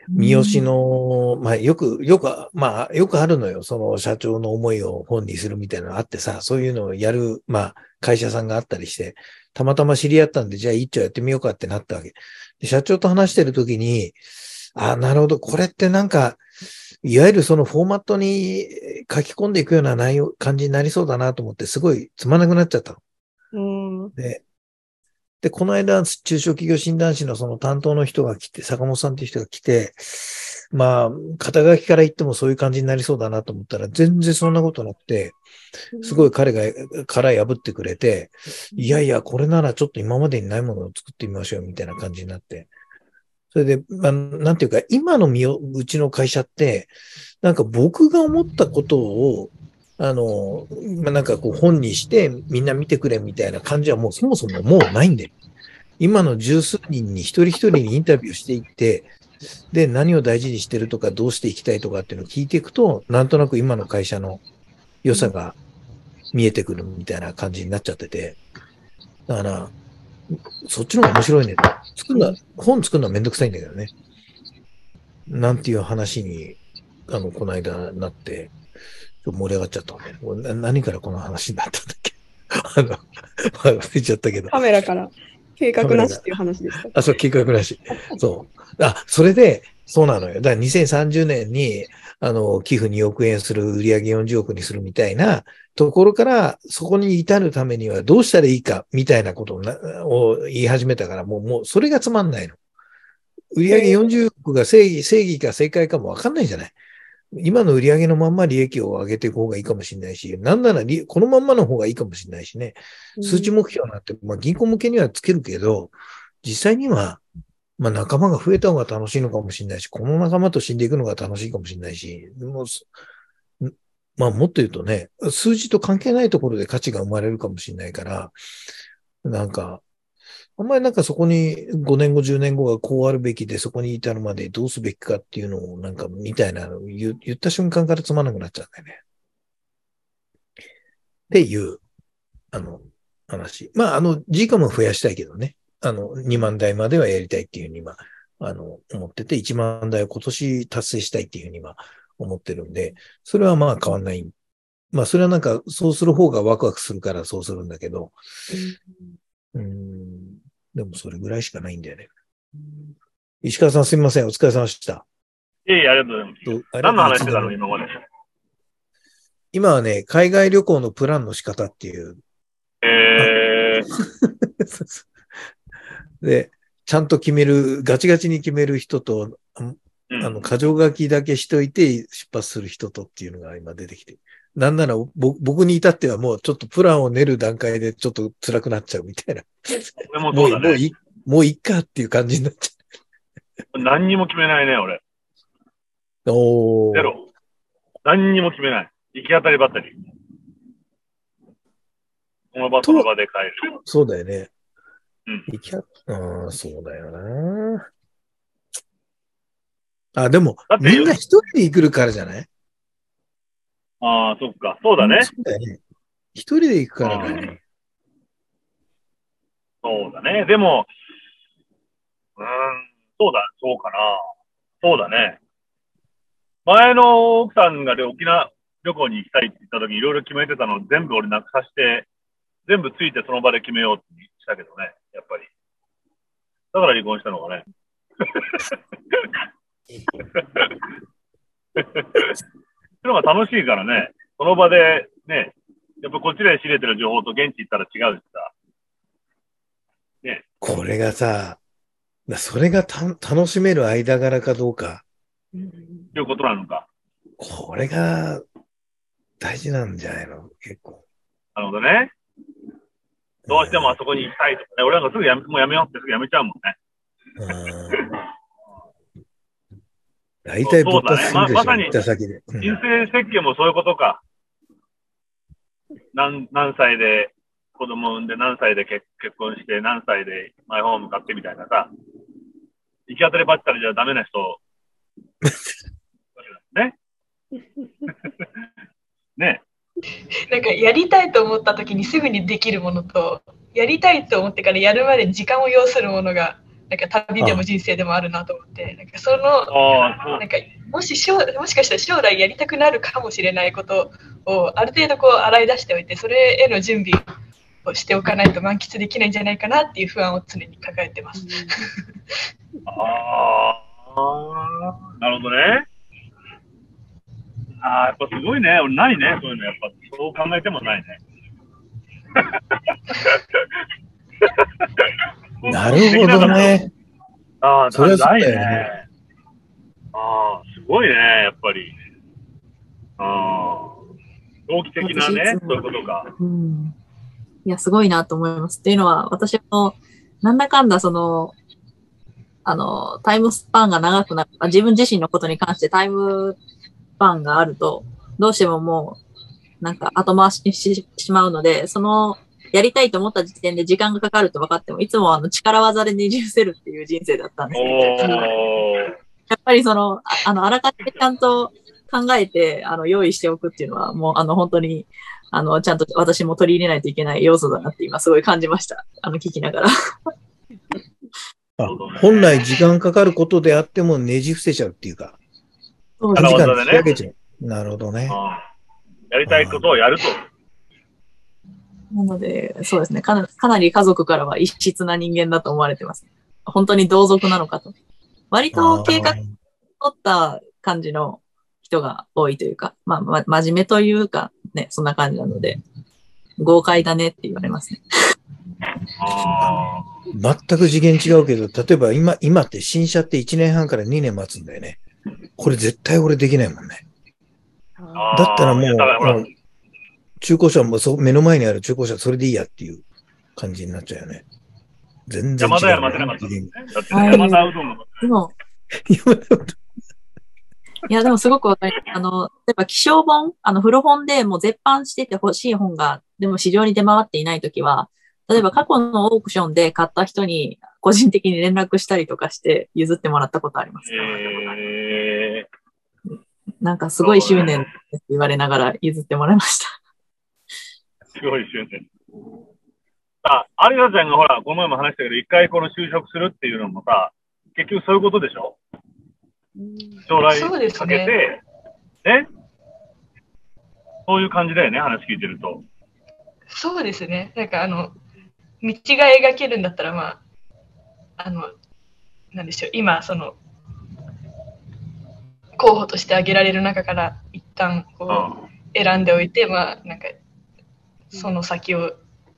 三好の、まあよく、よく、まあよくあるのよ。その社長の思いを本にするみたいなのがあってさ、そういうのをやる、まあ会社さんがあったりして、たまたま知り合ったんで、じゃあ一丁やってみようかってなったわけ。で社長と話してるときに、あ、なるほど、これってなんか、いわゆるそのフォーマットに書き込んでいくような内容、感じになりそうだなと思って、すごいつまなくなっちゃったの。 うん。 で、で、この間、中小企業診断士のその担当の人が来て、坂本さんっていう人が来て、まあ、肩書きから言ってもそういう感じになりそうだなと思ったら、全然そんなことなくて、すごい彼が殻破ってくれて、いやいや、これならちょっと今までにないものを作ってみましょうみたいな感じになって。それで、まあ、なんていうか、今のみよ、うちの会社って、なんか僕が思ったことを、あの、まあ、なんかこう本にしてみんな見てくれみたいな感じはもうそもそももうないんだよ。今の十数人に一人一人にインタビューしていって、で、何を大事にしてるとかどうしていきたいとかっていうのを聞いていくと、なんとなく今の会社の良さが見えてくるみたいな感じになっちゃってて、だから、そっちの方が面白いね。作るのは、本作るのはめんどくさいんだけどね。なんていう話に、あの、この間なって、ちょっと盛り上がっちゃったんで、何からこの話になったんだっけあの、忘れちゃったけど。 カメラから計画なしっていう話でした。 あ、そう、計画なし。そう。あ、それで、そうなのよ。だからにせんさんじゅうねんに、あの、寄付におくえんする、売上よんじゅうおくにするみたいなところから、そこに至るためにはどうしたらいいか、みたいなことをなを言い始めたから、もう、もう、それがつまんないの。売上よんじゅうおくが正義、正義か正解かもわかんないじゃない。今の売上のまんま利益を上げていく方がいいかもしれないし、なんならこのまんまの方がいいかもしれないしね。数値目標なんて、まあ銀行向けにはつけるけど、実際には、まあ仲間が増えた方が楽しいのかもしれないし、この仲間と死んでいくのが楽しいかもしれないし、もうまあもっと言うとね、数字と関係ないところで価値が生まれるかもしれないから、なんか、あんまりなんかそこにごねんご、じゅうねんごがこうあるべきで、そこに至るまでどうすべきかっていうのをなんかみたいなのを言言った瞬間からつまらなくなっちゃうんだよね。っていう、あの、話。まあ、あの、ジーカム 増やしたいけどね。あの、にまんだいまではやりたいっていうふうに今、あの、思ってて、いちまんだいを今年達成したいっていうふうに今思ってるんで、それはまあ変わんない。まあ、それはなんか、そうする方がワクワクするからそうするんだけど、うーん、でもそれぐらいしかないんだよね。石川さんすみません。お疲れ様でした。 いえいえ、ありがとうございます。何の話してたの、今まで。 今はね、海外旅行のプランの仕方っていう。 えー、 で、ちゃんと決める、ガチガチに決める人と、あの、箇条書きだけしといて出発する人とっていうのが今出てきて。なんなら僕に至ってはもうちょっとプランを練る段階でちょっと辛くなっちゃうみたいな。 俺もそうだね。 もういい、もういいかっていう感じになっちゃう。何にも決めないね、俺。 おー。 ゼロ。何にも決めない。行き当たりばったり。その場その場で帰る。 そうだよね。 うん。 行きあ、ああ、そうだよな。あ、でも、みんな一人で行くからじゃない？ ああ、そっか。そうだね。 そうだよね。一人で行くからだね。 そうだね。でも、うーん、そうだ、そうかな。そうだね。前の奥さんが沖縄旅行に行きたいって言った時にいろいろ決めてたのを全部俺なくさして、全部ついてその場で決めようってしたけどね、やっぱり。だから離婚したのかね。それが楽しいからね、その場でね、やっぱこっちで仕入れてる情報と現地行ったら違うしさ。ね。 これがさ、それがた楽しめる間柄かどうか。 ということなのか。 これが大事なんじゃないの？結構。 なるほどね。どうしてもあそこに行きたいとかね。俺なんかすぐやめ、もうやめようってすぐやめちゃうもんね。 大体勃発するでしょ、 ま、まさに、 行った先で。 人生設計もそういうことか。何、何歳で子供産んで、何歳で結結婚して、何歳でマイホーム買ってみたいなさ。行き当たりばったりじゃダメな人。ね。ね。 なんかやりたいと思った時にすぐにできるものと、やりたいと思ってからやるまで時間を要するものがなんか旅でも人生でもあるなと思って、なんかその、なんかもし将もしかしたら将来やりたくなるかもしれないことをある程度こう洗い出しておいて、それへの準備をしておかないと満喫できないんじゃないかなっていう不安を常に抱えてます。 ああ、なるほどね。ああ、やっぱすごいね。俺ないね、そういうの。やっぱそう考えてもないね。 なるほどね。 ああ、 それはそうないだよね。 ね。ああ、すごいね、やっぱり。ああ、長期的なね、 私いつもそういうことか。 うん。いや、すごいなと思います。っていうのは、私も、なんだかんだその、あの、タイムスパンが長くなる、あ自分自身のことに関してタイムスパンがあると、どうしてももう、なんか後回しにしてしまうので、その、やりたいと思った時点で時間がかかると分かっても、いつもあの力技でねじ伏せるっていう人生だったんですおけど、 ー。 やっぱりその、ああの、あらかじめちゃんと考えて、あの、用意しておくっていうのは、もう、あの、本当に、あの、ちゃんと私も取り入れないといけない要素だなって今すごい感じました。あの、聞きながら。 あ本来時間かかることであってもねじ伏せちゃうっていうか、 そう短時間力技でねで仕上げちゃう。なるほどね。 あーやりたいことをやると。 なので、そうですねかな。かなり家族からは異質な人間だと思われてます。本当に同族なのかと。割と計画を取った感じの人が多いというか、まあ、ま、真面目というか、ね、そんな感じなので、豪快だねって言われますね。 あ全く次元違うけど、例えば今、今って新車っていちねんはんからにねん待つんだよね。これ絶対俺できないもんね。 あ。 だったらもういやだからほらあの中古車もそ目の前にある中古車それでいいやっていう感じになっちゃうよね。全然違う、 山田屋待てなかったもんね。だってはい山田うどんの。 でも、 山田ういや、でもすごくわかります。あの、例えば気象本、あの、古本でもう絶版してて欲しい本が、でも市場に出回っていないときは、例えば過去のオークションで買った人に個人的に連絡したりとかして譲ってもらったことあります。 えなんかすごい執念って言われながら譲ってもらいました。 ー、すごい瞬間。あ、有田ちゃんがほら、この前も話したけど、一回この就職するっていうのもさ、結局そういうことでしょ？将来そうですかけて、ね。そういう感じだよね、話聞いてると。 そうですね。なんかあの、道が描けるんだったら、まあ、あの、なんでしょう、今、その、候補として挙げられる中から一旦こう選んでおいて、まあ、なんか、その先を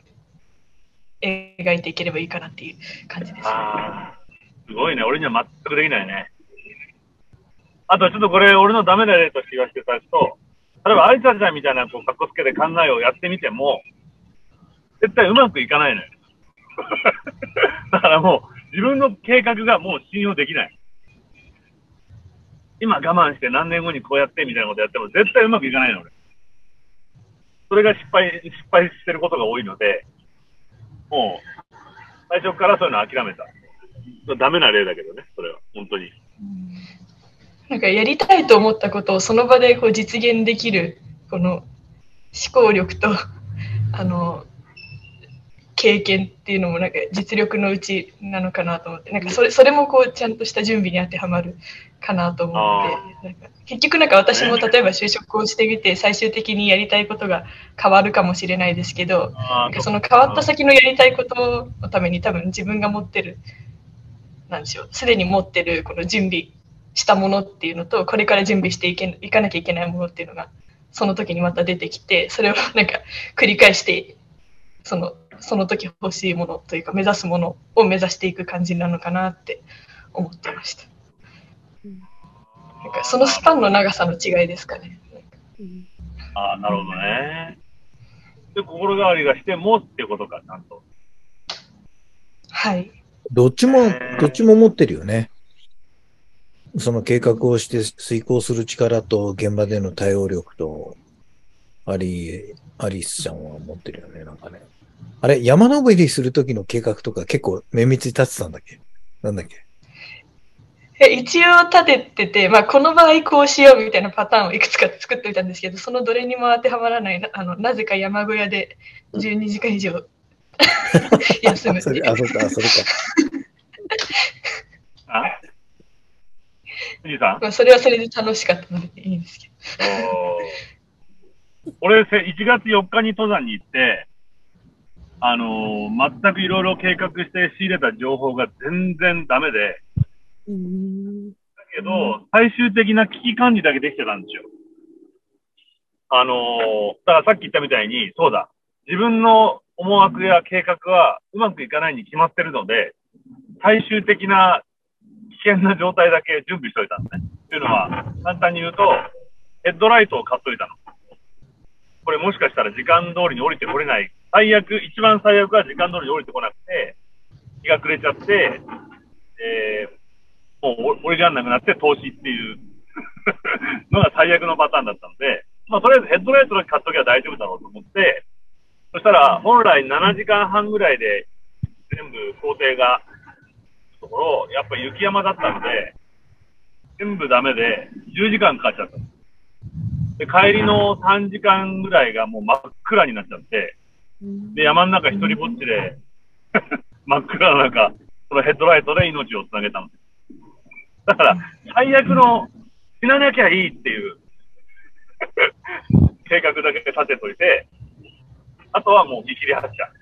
描いていければいいかなっていう感じです。 あー、すごいね。俺には全くできないね。あとちょっとこれ、俺のダメな例として言わせていただくと、例えば、有田ちゃんみたいなこう、かっこつけで考えをやってみても、絶対うまくいかないのよ。だからもう、自分の計画がもう信用できない。今我慢して何年後にこうやってみたいなことやっても絶対うまくいかないの俺。それが失敗、失敗してることが多いので、もう、最初からそういうの諦めた。ダメな例だけどね、それは。本当に。 なんかやりたいと思ったことをその場でこう実現できる、この思考力と、あの、経験っていうのもなんか実力のうちなのかなと思って、なんかそれ、それもこうちゃんとした準備に当てはまるかなと思って、なんか結局なんか私も例えば就職をしてみて最終的にやりたいことが変わるかもしれないですけど、なんかその変わった先のやりたいことのために多分自分が持ってる、なんでしょう、すでに持ってるこの準備したものっていうのと、これから準備していけいかなきゃいけないものっていうのがその時にまた出てきて、それをなんか繰り返してそのその時欲しいものというか目指すものを目指していく感じなのかなって思ってました。なんかそのスパンの長さの違いですかね。 ああ、なるほどね。で、心変わりがしてもっていうことか、ちゃんと。 はい。 どっちも、どっちも持ってるよね。その計画をして遂行する力と現場での対応力と、アリ、アリスちゃんは持ってるよね、なんかね。あれ、山登りするときの計画とか結構綿密に立ってたんだっけ？なんだっけ？ 一応立ててて、まあ、この場合こうしようみたいなパターンをいくつか作っておいたんですけど、そのどれにも当てはまらないな、あのなぜか山小屋でじゅうにじかん以上休むっていう。 あ、それか、あ、それか。 C さん。 まあ、それはそれで楽しかったのでいいんですけど。俺、いちがつよっかに登山に行って、あのー、全くいろいろ計画して仕入れた情報が全然ダメで、 うん。 だけど、最終的な危機管理だけできてたんですよ。あのー、だからさっき言ったみたいに、そうだ、自分の思惑や計画はうまくいかないに決まってるので、最終的な危険な状態だけ準備しといたんですね。というのは、簡単に言うと、ヘッドライトを買っといたの。これもしかしたら時間通りに降りてこれない。最悪、一番最悪は時間通りに降りてこなくて、日が暮れちゃって、えー、もう降りられなくなって投資っていうのが最悪のパターンだったので、まあとりあえずヘッドライトだけ買っときゃ大丈夫だろうと思って、そしたら本来ななじかんはんぐらいで全部工程がところ、やっぱ雪山だったので、全部ダメでじゅうじかんかかっちゃった。で、帰りのさんじかんぐらいがもう真っ暗になっちゃって、で、山の中一人ぼっちで真っ暗な中、そのヘッドライトで命をつなげたのです。だから、最悪の死ななきゃいいっていう計画だけ立てといて、あとはもう見切り発車。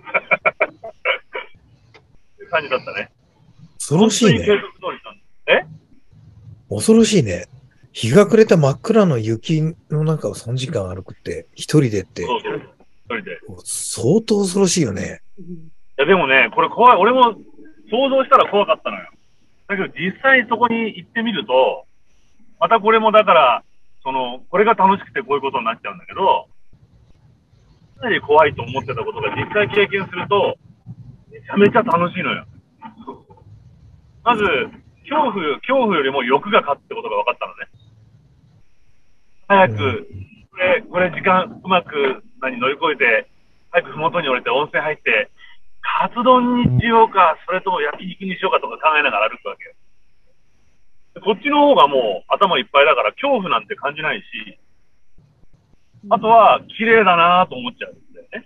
っていう感じだったね。 恐ろしいね。 え？ 恐ろしいね。日が暮れた真っ暗の雪の中をさんじかん歩くって、一人でって。 そうそう。一人で。 相当恐ろしいよね。 いや、でもね、これ怖い。俺も想像したら怖かったのよ。だけど実際そこに行ってみると、またこれもだから、その、これが楽しくてこういうことになっちゃうんだけど、かなり怖いと思ってたことが実際経験すると、めちゃめちゃ楽しいのよ。まず、恐怖、恐怖よりも欲が勝つってことが分かったのね。早く、これ、これ時間うまく何乗り越えて、早くふもとに降りて温泉入って、カツ丼にしようか、それとも焼肉にしようかとか考えながら歩くわけよ。こっちの方がもう頭いっぱいだから恐怖なんて感じないし、あとは綺麗だなぁと思っちゃうんだよね。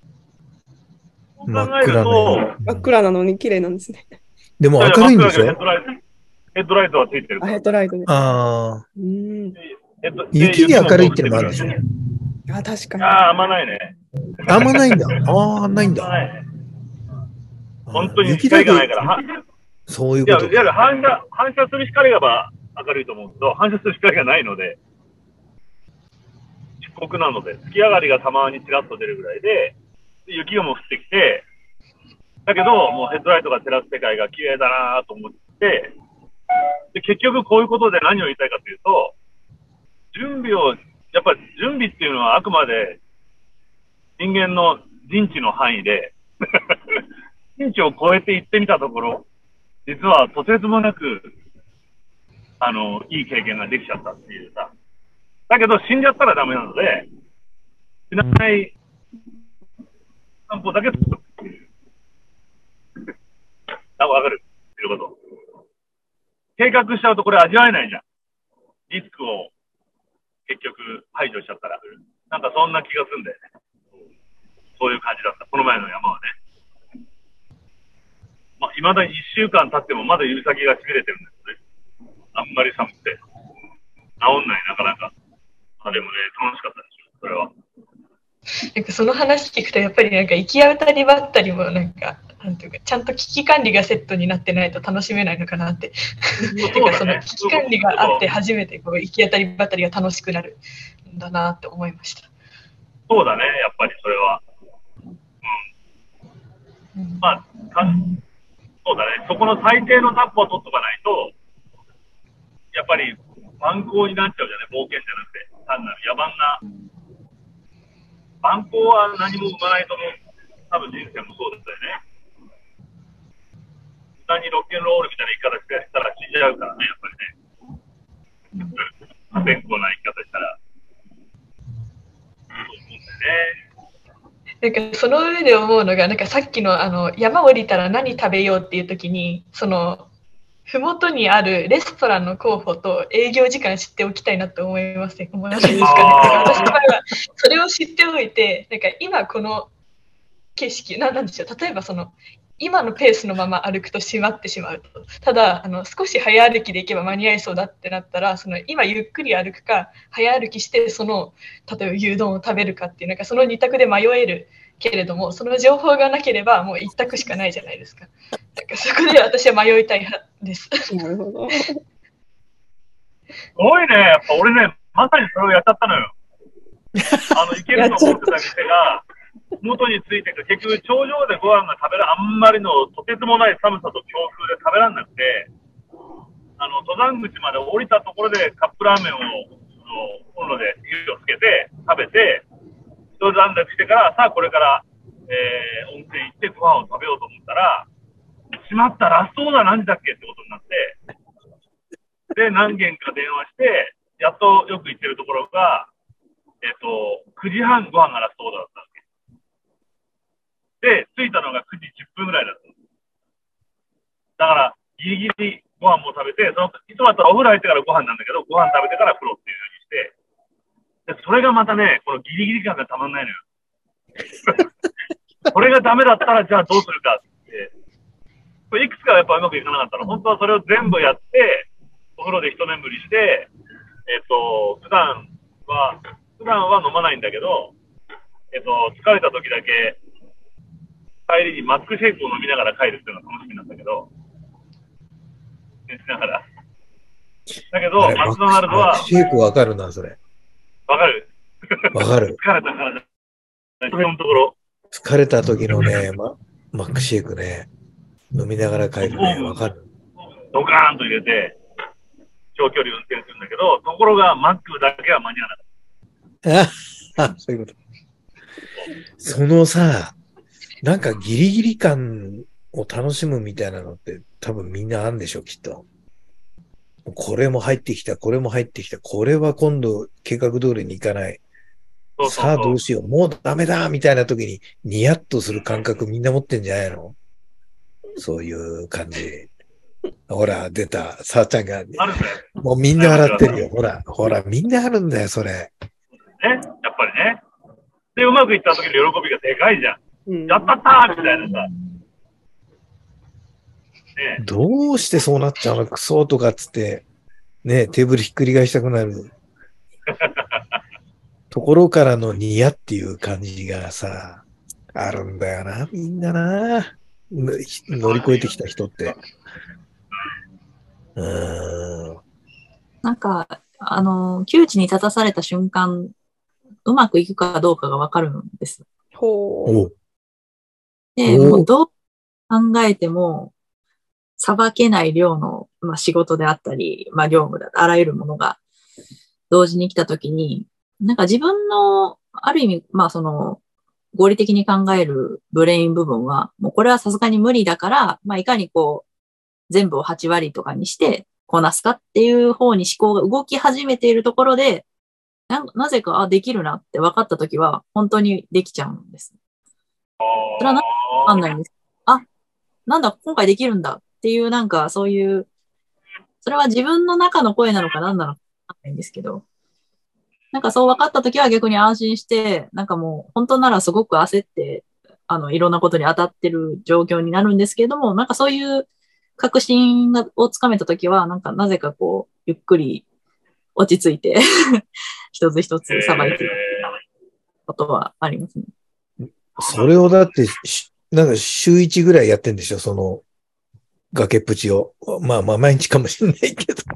そう考えると、 真っ暗なのに綺麗なんですね。 でも明るいんでしょ？ ヘッドライト、ヘッドライトはついてるかあ、 ら。 ヘッドライトで。 ああ。 うん。 雪で明るいってのもあるでしょ？ あ、確かに。 ああ、あんまないね。 あんまないんだ。ああ、ないんだ。 ないね。本当に光がないから。はそういうこと。 いや、いや反射、反射する光がば明るいと思うけど、反射する光がないので、漆黒なので、月上がりがたまにちらっと出るぐらいで、で雪がもう降ってきて、だけど、もうヘッドライトが照らす世界が綺麗だなと思って、で、結局こういうことで何を言いたいかというと、準備を、やっぱり準備っていうのはあくまで人間の人知の範囲で、人知を超えて行ってみたところ、実はとてつもなく、あの、いい経験ができちゃったっていうさ。だけど死んじゃったらダメなので、死なない散歩だけ取っとくっていう。あ、わかるっていうこと。計画しちゃうとこれ味わえないじゃん。リスクを結局排除しちゃったら。なんかそんな気がするんだよね。そういう感じだった。この前の山はね。まあ、未だにいっしゅうかん経ってもまだ指先がしびれてるんですよね。あんまり寒くて。治んない、なかなか。あ、でもね、楽しかったでしょ、それは。 なんかその話聞くと、やっぱりなんか行き当たりばったりもなんか、なんていうか、ちゃんと危機管理がセットになってないと楽しめないのかなって。てかその危機管理があって初めてこう行き当たりばったりが楽しくなるんだなって思いました。 そうだね、やっぱりそれは。うん。まあ、かそうだね、そこの最低のタップを取っとかないと、やっぱり蛮行になっちゃうじゃない、冒険じゃなくて、単なる野蛮な。蛮行は何も生まないと思う。多分人生もそうだよね。無駄にロッケンロールみたいな言い方したら死んじゃうからね、やっぱりね。破天荒な言い方したら。そう思うんだよね。 なんかその上で思うのが、なんかさっきのあの山降りたら何食べようっていう時に、そのふもとにあるレストランの候補と営業時間知っておきたいなと思いますね。思いませんですかね。私の場合はそれを知っておいて、なんか今この景色、ななんでしょう。例えばその今のペースのまま歩くと閉まってしまうと。ただ、あの少し早歩きで行けば間に合いそうだってなったら、その今ゆっくり歩くか、早歩きしてその例えば牛丼を食べるかっていう、なんかその二択で迷えるけれども、その情報がなければもう一択しかないじゃないですか。なんかそこで私は迷いたい派です。 なるほど。 すごいね。やっぱ俺ね、まさにそれをやっちゃったのよ。あの、いけると思ってた店が、元についてて、結局頂上でご飯が食べらあんまりのとてつもない寒さと強風で食べられなくて、あの、登山口まで降りたところでカップラーメンを、コンロで湯をつけて食べて、一段落してから、さあこれから、えー、温泉行ってご飯を食べようと思ったら、しまったラストオーダー何時だっけってことになって、で、何件か電話して、やっとよく行ってるところが、えっと、くじはんご飯がラストオーダーだったわけ。で、着いたのがくじじゅっぷんぐらいだった。だから、ギリギリご飯も食べて、そのいつもだったらお風呂入ってからご飯なんだけど、ご飯食べてから風呂っていう風にして、でそれがまたね、このギリギリ感がたまんないのよ。これがダメだったら、じゃあどうするかって。これいくつかやっぱうまくいかなかったら、本当はそれを全部やって、お風呂で一眠りして、えっと、普段は、普段は飲まないんだけど、えっと、疲れた時だけ、帰りにマックシェイクを飲みながら帰るっていうのが楽しみなんだけど、しながら。だけど、マクドナルドは、 マックシェイクわかるな、それ。 わかるわかる。 疲れたからだ。そのところ。 疲れた時のね、ま、マックシェイクね、飲みながら帰るね、わかる。 ドカーンと入れて、長距離運転するんだけど、ところがマックだけは間に合わなかった。あ、そういうこと。そのさ、なんかギリギリ感を楽しむみたいなのって多分みんなあるんでしょ、きっと。これも入ってきた、これも入ってきた、これは今度計画通りにいかない。 そうそうそう、 さあどうしよう、もうダメだみたいな時にニヤッとする感覚みんな持ってんじゃないの？そういう感じ。ほら、出た。さあちゃんが。 あるんだよ。 もうみんな笑ってるよ。ほら、ほら、みんなあるんだよ、それ。 ね、やっぱりね。で、うまくいった時の喜びがでかいじゃん。うん、やったったーみたいなさ。 ね、どうしてそうなっちゃうのクソとかっつって、ね、テーブルひっくり返したくなる。ところからのニヤっていう感じがさ、あるんだよな、みんなな。乗り越えてきた人って。うーん。 なんか、あの、窮地に立たされた瞬間、うまくいくかどうかがわかるんです。 ほう。 で、もうどう考えても、さばけない量の、まあ、仕事であったり、まあ、業務だ、あらゆるものが同時に来たときに、なんか自分の、ある意味、まあその、合理的に考えるブレイン部分は、もうこれはさすがに無理だから、まあいかにこう、全部をはち割とかにしてこなすかっていう方に思考が動き始めているところで、な, なぜか、あ、できるなって分かったときは、本当にできちゃうんです。それはなんかわかんないんです。あ、なんだ、今回できるんだっていう、なんかそういう、それは自分の中の声なのか何なのかわかんないんですけど、なんかそう分かったときは逆に安心して、なんかもう本当ならすごく焦って、あの、いろんなことに当たってる状況になるんですけれども、なんかそういう確信をつかめたときは、なんかなぜかこう、ゆっくり落ち着いて、一つ一つさばいてることはありますね。 それをだって、なんか週一ぐらいやってんでしょ、その崖っぷちを。まあまあ毎日かもしれないけど。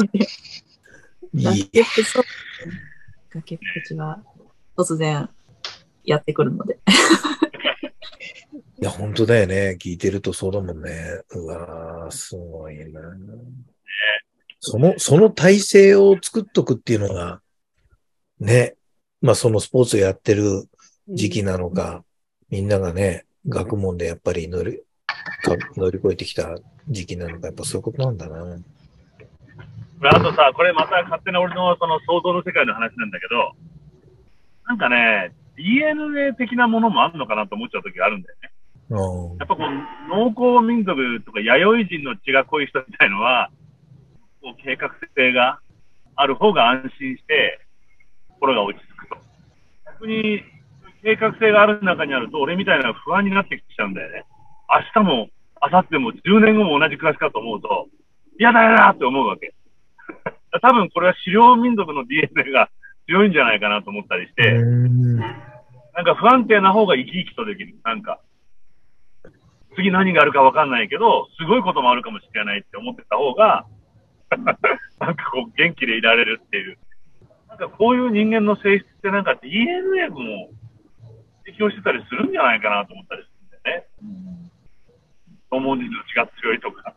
崖っぷち、そう。崖っぷちは突然やってくるので。 いや、本当だよね。聞いてるとそうだもんね。うわー、すごいな。その、その体制を作っとくっていうのが、ね。まあそのスポーツをやってる時期なのか、うん、みんながね、学問でやっぱり乗り、乗り越えてきた時期なのか、やっぱそういうことなんだな。 あとさ、これまた勝手な俺のその想像の世界の話なんだけど、なんかね、ディーエヌエー 的なものもあるのかなと思っちゃう時があるんだよね。 うん、 やっぱこう、農耕民族とか弥生人の血が濃い人みたいのは、こう計画性がある方が安心して、心が落ち着くと。逆に、計画性がある中にあると、俺みたいな不安になってきちゃうんだよね。 明日も、明後日もじゅうねんごも同じ暮らしかと思うと、嫌だ嫌だって思うわけ。多分これは狩猟民族の ディーエヌエー が強いんじゃないかなと思ったりして、なんか不安定な方が生き生きとできる。なんか、次何があるかわかんないけど、すごいこともあるかもしれないって思ってた方が、なんかこう元気でいられるっていう。なんかこういう人間の性質ってなんか ディーエヌエー も適応してたりするんじゃないかなと思ったりするんだよね。縄文人の血が強いとか。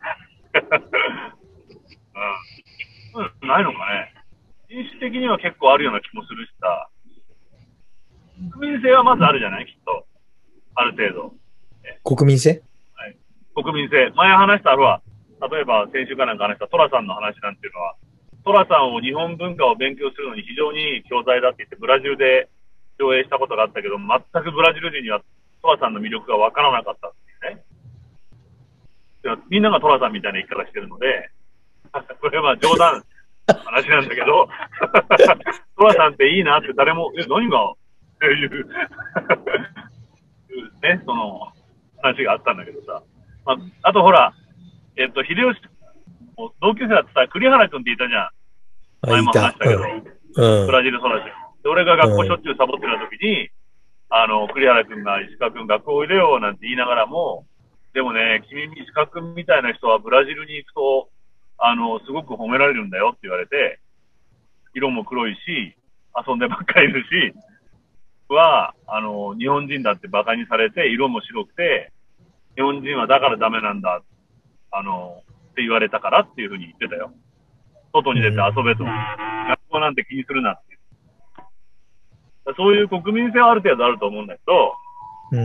うん。うん、ないのかね。人種的には結構あるような気もするしさ。国民性はまずあるじゃないきっと。ある程度。 国民性？ はい。国民性。前話したあるわ。例えば先週かなんか話したトラさんの話なんていうのは、トラさんを日本文化を勉強するのに非常にいい教材だって言ってブラジルで上映したことがあったけど、全くブラジル人にはトラさんの魅力がわからなかったっていうね。みんながトラさんみたいな言い方してるので、これは冗談話なんだけど、トラさんっていいなって誰も、え、何がっていうね、その話があったんだけどさ。まあ、あとほら、えっと、秀吉、同級生だってさ、栗原くんっていたじゃん。前も話したけど、うん、ブラジル育ち。で、俺が学校しょっちゅうサボってた時に、うん、あの、栗原くんが石川くん学校おいでよなんて言いながらも、でもね、君、石川くんみたいな人はブラジルに行くと、あの、すごく褒められるんだよって言われて、色も黒いし、遊んでばっかりいるし、は、あの、日本人だって馬鹿にされて、色も白くて、日本人はだからダメなんだ、あの、って言われたからっていうふうに言ってたよ。外に出て遊べと。学校なんて気にするなっていう。そういう国民性はある程度あると思うんだけど、 うん、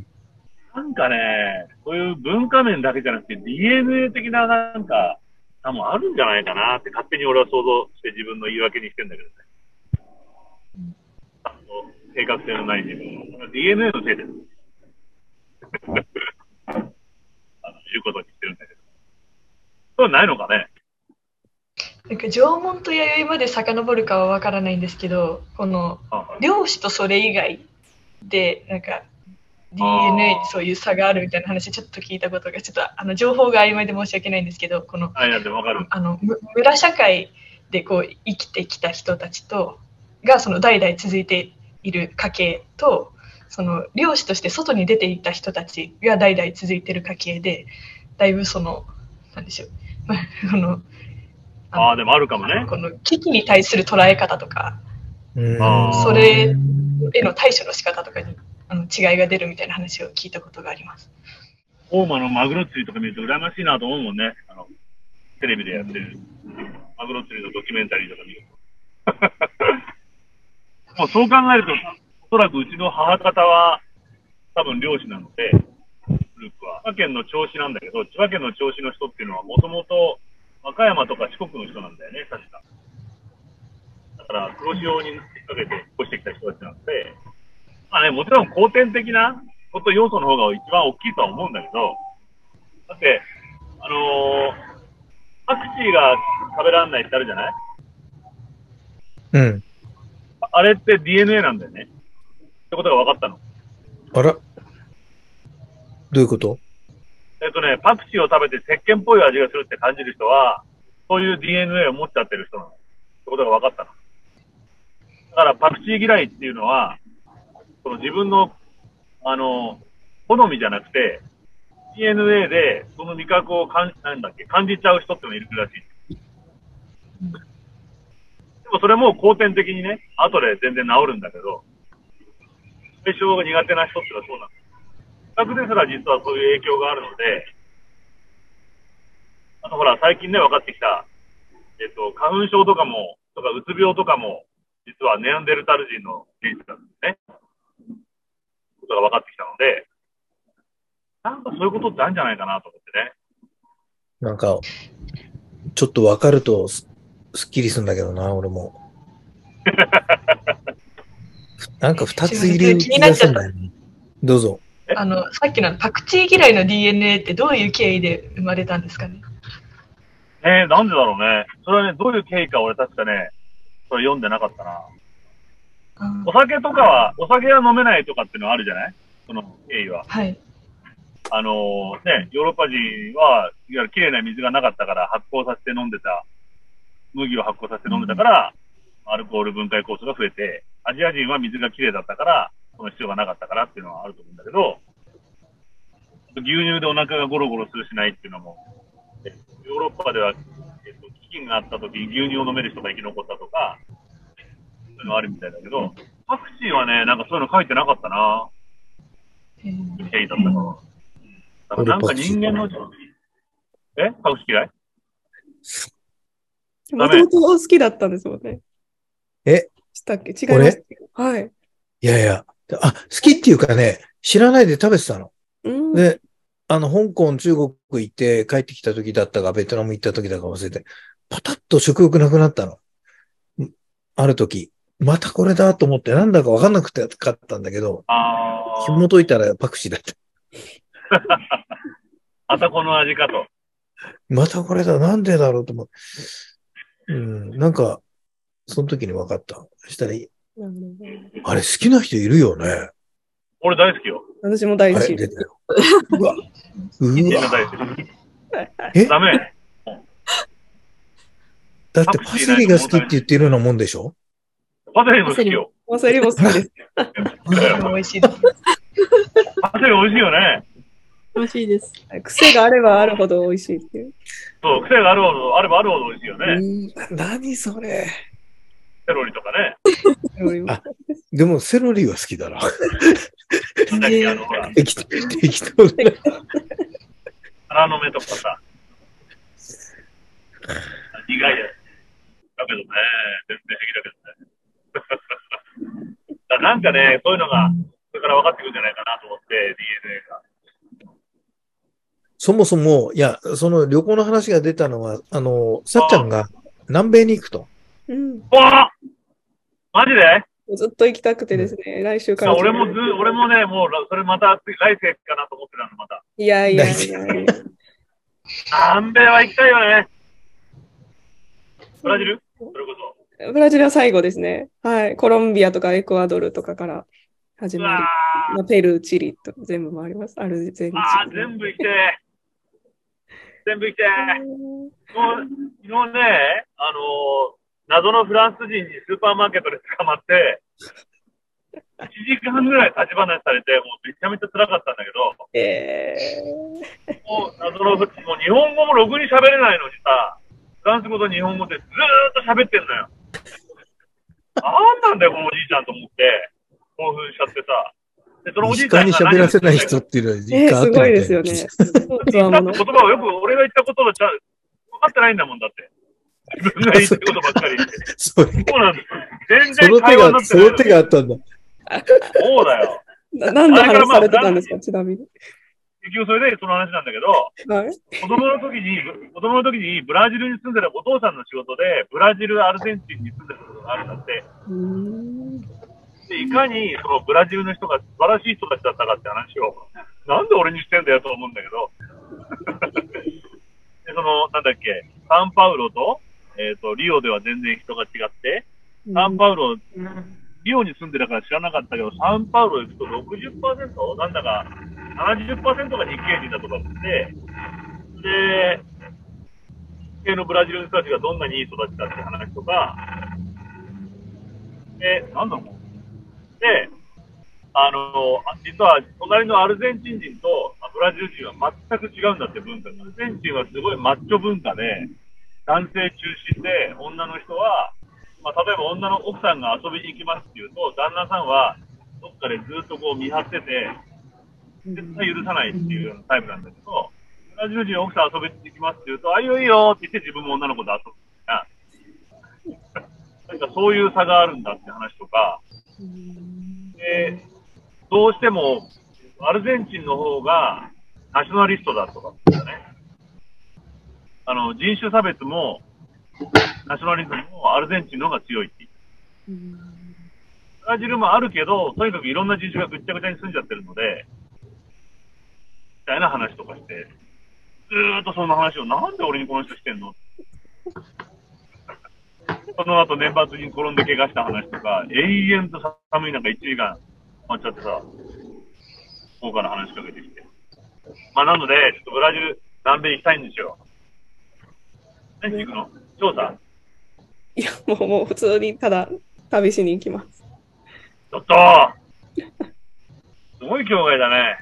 なんかね、そういう文化面だけじゃなくて ディーエヌエー 的ななんか、多分あるんじゃないかなって勝手に俺は想像して自分の言い訳にしてんだけどね。あの正確性のない自分の ディーエヌエー のせいです。あの言うことにしてるんだけど。そうないのかね。 なんか縄文と弥生まで遡るかはわからないんですけど、この漁師とそれ以外でなんか ディーエヌエー にそういう差があるみたいな話ちょっと聞いたことが、ちょっとあの情報が曖昧で申し訳ないんですけど、このあ、いやでもわかる。 あの村社会でこう生きてきた人たちとがその代々続いている家系と、その漁師として外に出ていた人たちが代々続いている家系で、だいぶそのなんでしょう、このああ、でもあるかもね。 この危機に対する捉え方とか、 うん、 それへの対処の仕方とかにあの違いが出るみたいな話を聞いたことがあります。 大間のマグロ釣りとか見ると羨ましいなと思うもんね。あのテレビでやってるマグロ釣りのドキュメンタリーとか見ると。もうそう考えると、おそらくうちの母方は多分漁師なので、古くは千葉県の銚子なんだけど、千葉県の銚子の人っていうのはもともと和歌山とか四国の人なんだよね、確か。だから黒潮に引っ掛けて越してきた人たちなんで、まあね、もちろん後天的なこと要素の方が一番大きいとは思うんだけど、だって、あのー、パクチーが食べられないってあるじゃない？ うん。 あれって ディーエヌエー なんだよね。ってことが分かったの。 あら？どういうこと？ えっとね、パクチーを食べて石鹸っぽい味がするって感じる人は、そういう ディーエヌエー を持っちゃってる人なの。ってことが分かったの。だからパクチー嫌いっていうのは、その自分の、あの、好みじゃなくて、ディーエヌエー でその味覚を感じ、なんだっけ、感じちゃう人ってもいるらしい。でもそれも後天的にね、後で全然治るんだけど、対象が苦手な人ってのはそうなんです。味覚ですら実はそういう影響があるので、あとほら、最近ね、分かってきた、えっと、花粉症とかも、とか、うつ病とかも、実はネアンデルタル人の原因なんですね。ことが分かってきたので、なんかそういうことってあるんじゃないかなと思ってね。 なんか、ちょっと分かるとす、すっきりするんだけどな、俺も。なんか二ついる気がするんだよね。どうぞ。 あの、さっきのパクチー嫌いの ディーエヌエー ってどういう経緯で生まれたんですかね。 えー、なんでだろうね。それはね、どういう経緯か俺確かね、それ読んでなかったな。うん、お酒とかは、お酒は飲めないとかっていうのはあるじゃない？その経緯は。 はい。 あのね、ヨーロッパ人は、いわゆる綺麗な水がなかったから発酵させて飲んでた、麦を発酵させて飲んでたから、アルコール分解酵素が増えて、アジア人は水が綺麗だったから、その必要がなかったからっていうのはあると思うんだけど、牛乳でお腹がゴロゴロするしないっていうのも、ヨーロッパでは、えっと、飢饉があった時に牛乳を飲める人が生き残ったとか、そういうのがあるみたいだけど、パクチーはね、なんかそういうの書いてなかったな。経緯だったから。だからなんか人間の、えパクチー嫌いもともと好きだったんですもんね。 えしたっけ違います。はい。 いやいや、あ、好きっていうかね、知らないで食べてたの。 うん、 で、あの、香港、中国行って帰ってきた時だったか、ベトナム行った時だか忘れて、パタッと食欲なくなったの。ある時。またこれだと思ってなんだかわかんなくて買ったんだけど、紐解いたらパクチーだった。 またこの味かと。 またこれだ、なんでだろうと思って。うん、なんか、その時に分かった。そしたらいい。あれ好きな人いるよね。 俺大好きよ。 私も大好き。 出たよ。うわ。うわ。 大好き。 えダメ。 だってパセリが好きって言ってるようなもんでしょ？ パセリも好きよ。 パセリも好きです。 美味しいです。 パセリ美味しいよね。 美味しいです。 癖があればあるほど美味しいっていう。 そう、癖があるほど、あればあるほど美味しいよね。 うん、何それ。 セロリとかね。 あ、でもセロリは好きだな。 なんだっけ、あの、ほら。 適当、適当だ。 腹の目とかさ。苦いやつ。だけどね、全然平気だけどね。だなんかね、そういうのが、それから分かってくるんじゃないかなと思って、ディーエヌエー が。 そもそも、いや、その旅行の話が出たのは、あの、さっちゃんが南米に行くと。 うん。 わマジでずっと行きたくてですね、うん、来週から。 俺もず、俺もね、もう、それまた来世かなと思ってたの、また。 いやいやいやいや。 南米は行きたいよね。ブラジルそれこそ。ブラジルは最後ですね。はい。コロンビアとかエクアドルとかから始まり。まあ、ペルー、チリと全部回ります。アルゼンチン。 ああ、全部行って。全部行って。もう、昨日ね、あのー、謎のフランス人にスーパーマーケットで捕まって、いちじかんぐらい立ち話されて、もうめちゃめちゃ辛かったんだけど、えー、もう謎の、もう日本語もろくに喋れないのにさ、フランス語と日本語でずーっと喋ってんのよ。なんなんだよ、このおじいちゃんと思って、興奮しちゃってさ。で、そのおじいちゃんがに喋らせない人っていうのは、 えー、すごいですよね。 言ったって言葉をよく、俺が言ったことをちゃ分かってないんだもんだって。自分が言ってることばっかり言って。そうなんです。全然会話になってない。 その手があったんだ。 そうだよ。 な何の話されてたんですか、ちなみに。 結局それでその話なんだけど、はい、子供の時に、子供の時にブラジルに住んでたお父さんの仕事で、ブラジル、アルゼンチンに住んでたことがあるんだって。で、いかにそのブラジルの人が素晴らしい人たちだったかって話を、なんで俺にしてんだよと思うんだけど。で、その、なんだっけ、サンパウロと、えっと、リオでは全然人が違って、サンパウロ、リオに住んでたから知らなかったけど、サンパウロ行くと ろくじゅっパーセント? なんだか、ななじゅっパーセント が日系人だとかって、で、日系のブラジルの人たちがどんなにいい人たちだって話とか、で、なんだろうで、あの、実は隣のアルゼンチン人とブラジル人は全く違うんだって文化。アルゼンチンはすごいマッチョ文化で、男性中心で、女の人は、まあ、例えば女の奥さんが遊びに行きますっていうと、旦那さんはどっかでずっとこう見張ってて、絶対許さないっていうようなタイプなんだけど、ブラジル人奥さん遊びに行きますって言うと、あ、いいよいいよって言って自分も女の子と遊ぶみたいな。なんかそういう差があるんだって話とか、で、どうしてもアルゼンチンの方がナショナリストだとかってね、あの人種差別もナショナリズムもアルゼンチンの方が強いって言って、ブラジルもあるけど、とにかくいろんな人種がぐっちゃぐちゃに住んじゃってるので、みたいな話とかして、ずーっとその話をなんで俺にこの人してんのその後年末に転んで怪我した話とか、永遠と寒い中いちじかん待っちゃってさ、豪華な話しかけてきて。 まあ、なので、ちょっとブラジル、南米行きたいんですよ。何しに行くの？調査？ いや、もう、もう普通にただ旅しに行きます。 ちょっとすごい境外だね。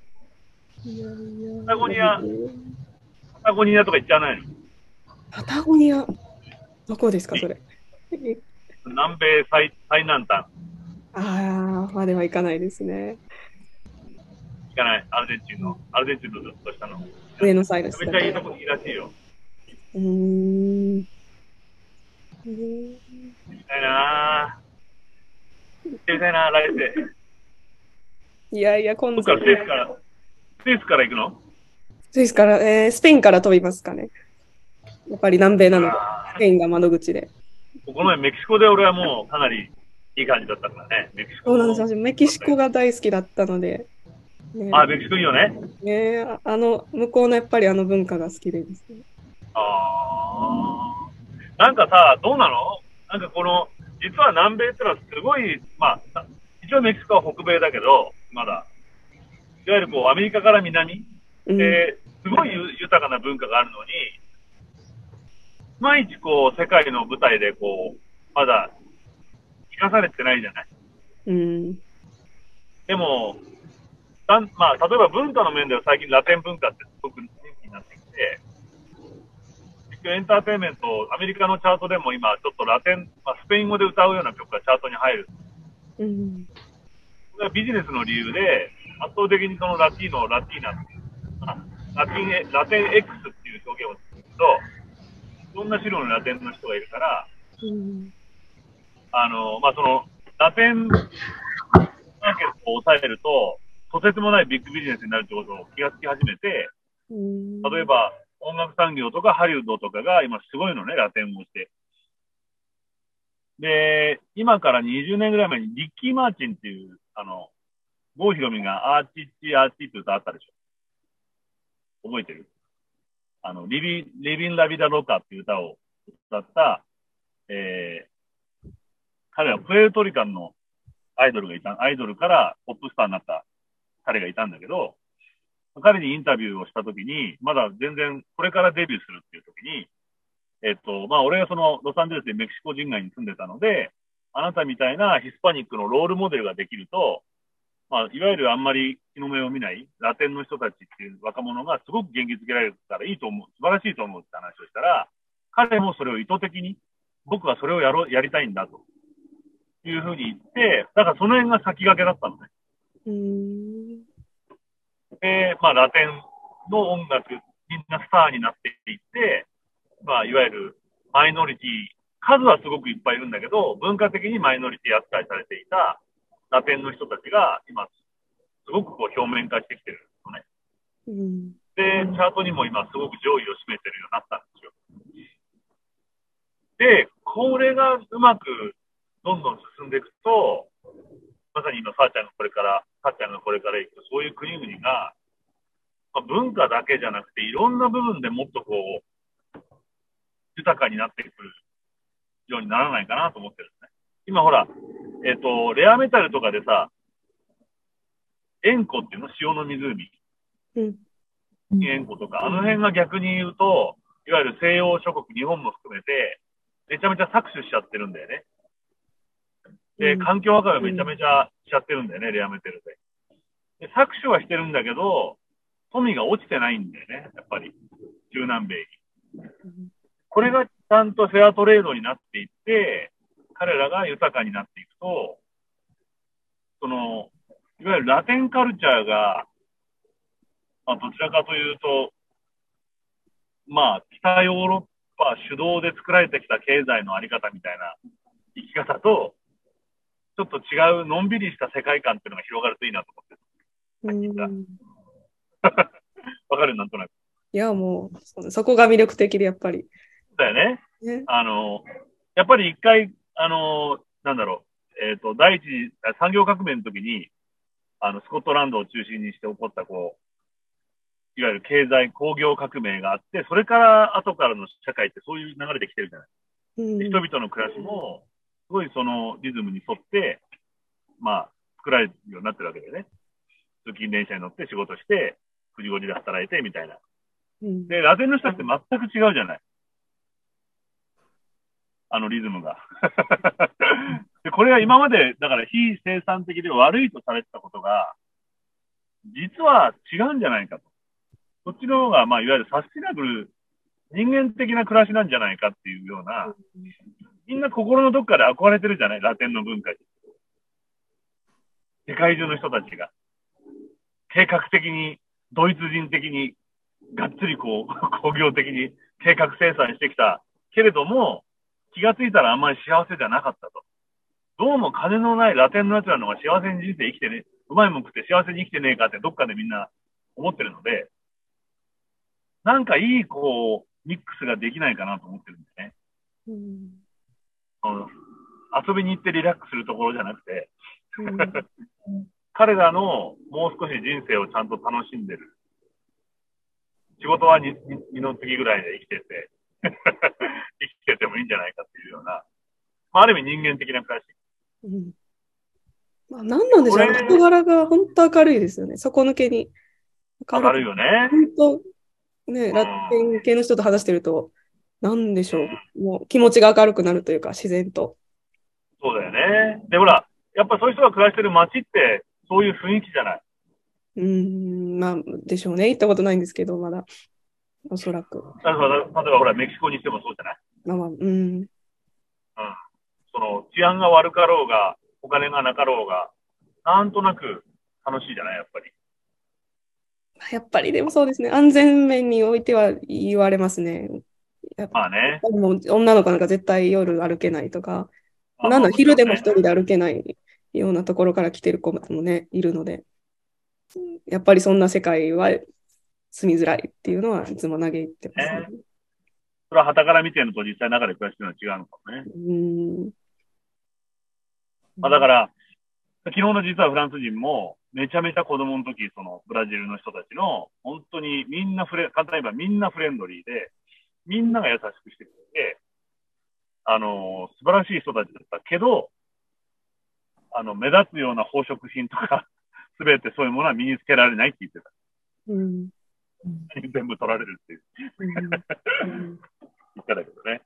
パタゴニア、パタゴニアとか行っちゃわないの？ パタゴニア、どこですか、それ。 南米最最南端。 ああ、までは行かないですね。 行かない。アルゼンチンの、アルゼンチンのずっと下の。 上のサイドですめっちゃいいとこいいらしいよ。 うーん。うーん行きたいなぁ。行ってみたいなぁ、来世。 いやいや、今度どっから、スイスから、スイスから行くの？ スイスから、えースペインから飛びますかね。やっぱり南米なので、スペインが窓口で。 この前メキシコで俺はもうかなりいい感じだったからね。メキシコ。 そうなんです。私メキシコが大好きだったので。ね、 あ、メキシコいいよね。 ね、あの、向こうのやっぱりあの文化が好きでですね。 あー。なんかさ、どうなの？なんかこの、実は南米ってのはすごい、まあ、一応メキシコは北米だけど、まだ。いわゆるこう、アメリカから南うん、 で、すごい豊かな文化があるのに、いまいちこう、世界の舞台でこう、まだ、生かされてないじゃない。 うん、 でも、だんまあ、例えば文化の面では最近ラテン文化ってすごく人気になってきて、結局エンターテインメント、アメリカのチャートでも今、ちょっとラテン、まあ、スペイン語で歌うような曲がチャートに入る。 うん、 これはビジネスの理由で、圧倒的にそのラティーノ、ラティーナっていう、あラテン、ラテン X っていう表現をすると、いろんな種類のラテンの人がいるから、 うん、 あの、まあ、その、ラテンマーケットを抑えると、とてつもないビッグビジネスになるってことを気がつき始めて、 うん、 例えば音楽産業とかハリウッドとかが今すごいのね、ラテンをして。で、今からにじゅうねんぐらい前にリッキー・マーチンっていう、あの、郷ひろみがアーチッチアーチって歌あったでしょ。覚えてる？あの、リビ、リビン・ラビダ・ロカっていう歌を歌った、えー、彼はプエルトリカンのアイドルがいた、アイドルからポップスターになった彼がいたんだけど、彼にインタビューをしたときに、まだ全然これからデビューするっていうときに、えっと、まあ、俺がそのロサンゼルスでメキシコ人街に住んでたので、あなたみたいなヒスパニックのロールモデルができると、まあ、いわゆるあんまり日の目を見ないラテンの人たちっていう若者がすごく元気づけられるからいいと思う、素晴らしいと思うって話をしたら、彼もそれを意図的に、僕はそれをやろう、やりたいんだというふうに言って、だからその辺が先駆けだったのね。 うん、 で、まあ、ラテンの音楽、みんなスターになっていって、まあ、いわゆるマイノリティ、数はすごくいっぱいいるんだけど、文化的にマイノリティ扱いされていたラテンの人たちが今、すごくこう表面化してきてるのね。 うん、 で、チャートにも今すごく上位を占めてるようになったんですよ。で、これがうまくどんどん進んでいくと、まさに今、さあちゃんがこれから、さあちゃんがこれから行くと、そういう国々が、まあ、文化だけじゃなくて、いろんな部分でもっとこう、豊かになってくるようにならないかなと思ってるんですね。今ほら、えっと、レアメタルとかでさ、塩湖っていうの？塩の湖。 うん、 塩湖とか、あの辺が逆に言うと、いわゆる西洋諸国、日本も含めて、めちゃめちゃ搾取しちゃってるんだよね。で、環境破壊をめちゃめちゃしちゃってるんだよね、レアメタルで。で、搾取はしてるんだけど、富が落ちてないんだよね、やっぱり。中南米に。これがちゃんとフェアトレードになっていって、彼らが豊かになっていくと、その、いわゆるラテンカルチャーが、まあ、どちらかというと、まあ、北ヨーロッパ主導で作られてきた経済のあり方みたいな生き方と、ちょっと違うのんびりした世界観っていうのが広がるといいなと思ってる。 うん、 わかる？なんとなく。 いや、もうそ、そこが魅力的で、やっぱり。 だよね。 ね、 あの、やっぱり一回、あの、なんだろう、えっと、第一次産業革命の時に、あの、スコットランドを中心にして起こった、こう、いわゆる経済工業革命があって、それから後からの社会ってそういう流れで来てるじゃない。 うん、 で人々の暮らしも、すごいそのリズムに沿って、まあ、作られるようになってるわけでね。通勤電車に乗って仕事して、 くじごじで働いてみたいな。 うん。 で、ラテンの人って全く違うじゃない。あのリズムが。で、これが今まで、だから非生産的で悪いとされてたことが、実は違うんじゃないかと。そっちの方が、まあ、いわゆるサスティナブル、人間的な暮らしなんじゃないかっていうような、みんな心のどっかで憧れてるじゃない、ラテンの文化に。世界中の人たちが。計画的に、ドイツ人的に、がっつりこう、工業的に計画生産してきたけれども、気がついたらあんまり幸せじゃなかったと。どうも金のないラテンの奴らの方が幸せに人生生きてね、うまいもん食って幸せに生きてねえかってどっかでみんな思ってるので、なんかいいこう、ミックスができないかなと思ってるんですね。 うん。 うん、遊びに行ってリラックスするところじゃなくて、 うん。 彼らのもう少し人生をちゃんと楽しんでる。仕事は二の次ぐらいで生きてて、生きててもいいんじゃないかっていうような、まあ、ある意味人間的な暮らし。 うん。まあ、何なんでしょう。 これ人柄が本当明るいですよね。底抜けに。 明るいよね。 本当、ね、ラテン系の人と話してると、なんでしょう。もう気持ちが明るくなるというか、自然と。 そうだよね。で、ほら、やっぱそういう人が暮らしてる街って、そういう雰囲気じゃない。 うーん、まあ、でしょうね。行ったことないんですけど、まだ。おそらく。 例えば、例えばほら、メキシコにしてもそうじゃない。 まあまあ、うん。 うん。その、治安が悪かろうが、お金がなかろうが、なんとなく楽しいじゃない、やっぱり。 やっぱりでもそうですね。安全面においては言われますね。やっぱまあね。 もう女の子なんか絶対夜歩けないとか、 まあなんだ、昼でも一ね、 人で歩けないようなところから来てる子もね、いるので、やっぱりそんな世界は住みづらいっていうのはいつも嘆いてますね。 ね、それは傍から見てるのと実際中で暮らしてるのは違うのかもね。 うん。 まあだから、昨日の実はフランス人も、めちゃめちゃ子供の時、そのブラジルの人たちの、本当にみんなフレ、簡単に言えばみんなフレンドリーで、みんなが優しくしてくれて、あの、素晴らしい人たちだったけど、あの、目立つような宝飾品とか、すべてそういうものは身につけられないって言ってた。 うん。 全部取られるっていう。 うん。 言ってたけどね。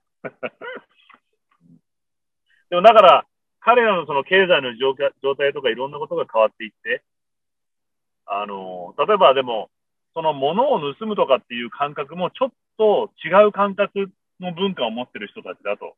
でもだから、彼らのその経済の状態とかいろんなことが変わっていって、あの、例えばでも、その物を盗むとかっていう感覚もちょっと違う感覚の文化を持ってる人たちだと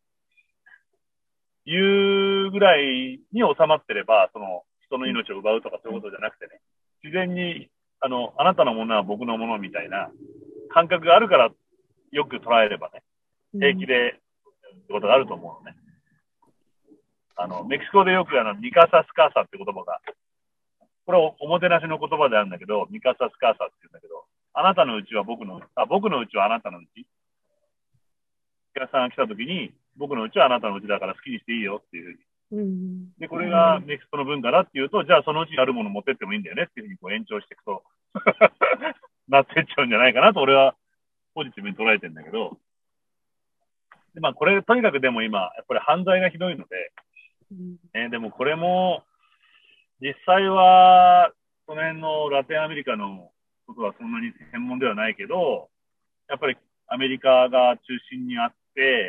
いうぐらいに収まってれば、その人の命を奪うとかそういうことじゃなくてね、自然に、あの、あなたのものは僕のものみたいな感覚があるからよく捉えればね、平気でってことがあると思うのね。あの、メキシコでよくあの、ミカサスカーサって言葉が、これはおもてなしの言葉であるんだけど、ミカサスカーサって言うんだけど、あなたのうちは僕の、あ、僕のうちはあなたのうち。お客さんが来た時に、僕のうちはあなたのうちだから好きにしていいよっていうふうに。 うん。 で、これがメキシコの文化だっていうと、じゃあそのうちにあるもの持ってってもいいんだよねっていうふうにこう延長していくと、なってっちゃうんじゃないかなと俺はポジティブに捉えてるんだけど、でまあこれとにかくでも今、やっぱり犯罪がひどいので、ね、でもこれも、実際は、その辺のラテンアメリカのことはそんなに専門ではないけど、やっぱりアメリカが中心にあって、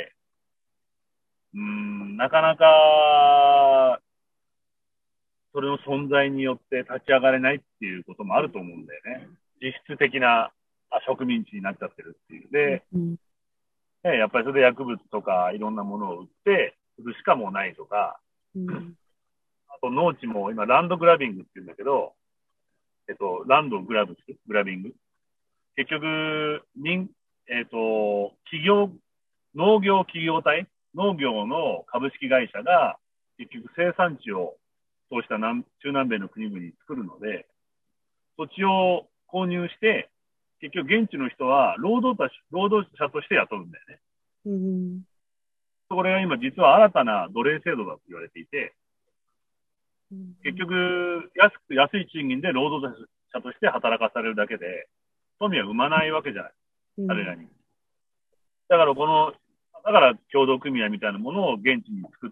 うーん、なかなか、それの存在によって立ち上がれないっていうこともあると思うんだよね。実質的な植民地になっちゃってるっていう。で、 うんね、やっぱりそれで薬物とかいろんなものを売って、売るしかもうないとか、 うん。 あと農地も今ランドグラビングって言うんだけど、えっと、ランドをグラブする、グラビング。結局、人、えっと、企業、農業企業体、農業の株式会社が結局生産地をそうした南中南米の国々に作るので、土地を購入して、結局現地の人は労働者、労働者として雇うんだよね。 うん。 これが今実は新たな奴隷制度だと言われていて、結局安く、安い賃金で労働者として働かされるだけで、富は生まないわけじゃない。彼らに。だからこの、だから共同組合みたいなものを現地に作って、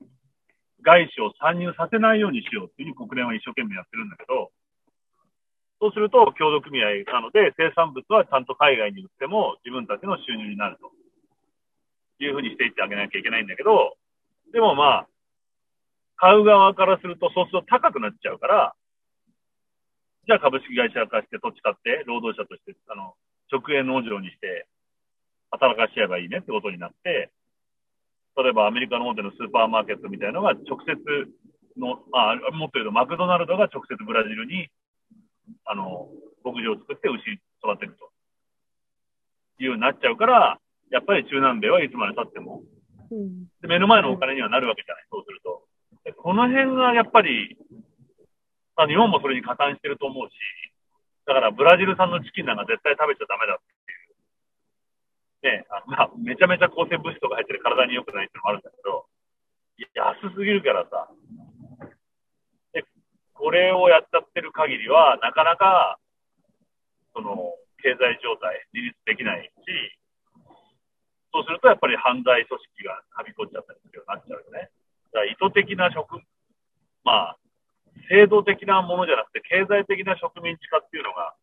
外資を参入させないようにしようっていうふうに国連は一生懸命やってるんだけど、 そうすると、協同組合なので、生産物はちゃんと海外に売っても自分たちの収入になるというふうにしていってあげなきゃいけないんだけど、でもまあ、買う側からすると、そうすると高くなっちゃうから、じゃあ株式会社化して土地買って、労働者として、あの、直営農場にして、働かしちゃえばいいねってことになって、例えばアメリカの大手のスーパーマーケットみたいなのが直接の、あ、もっと言うとマクドナルドが直接ブラジルに、あの、牧場を作って牛育てるというようになっちゃうから、やっぱり中南米はいつまで経っても、 うん、 で目の前のお金にはなるわけじゃない、そうすると。でこの辺がやっぱり、まあ、日本もそれに加担してると思うし、だからブラジル産のチキンなんか絶対食べちゃダメだっていう。ね、あのまあ、めちゃめちゃ抗生物質とか入ってる体に良くないっていうのもあるんだけど、安すぎるからさ。で、これをやっちゃってる限りは、なかなか、その、経済状態、自立できないし、そうするとやっぱり犯罪組織がはびこっちゃったりするようになっちゃうよね。だから意図的な植、まあ、制度的なものじゃなくて、経済的な植民地化っていうのが、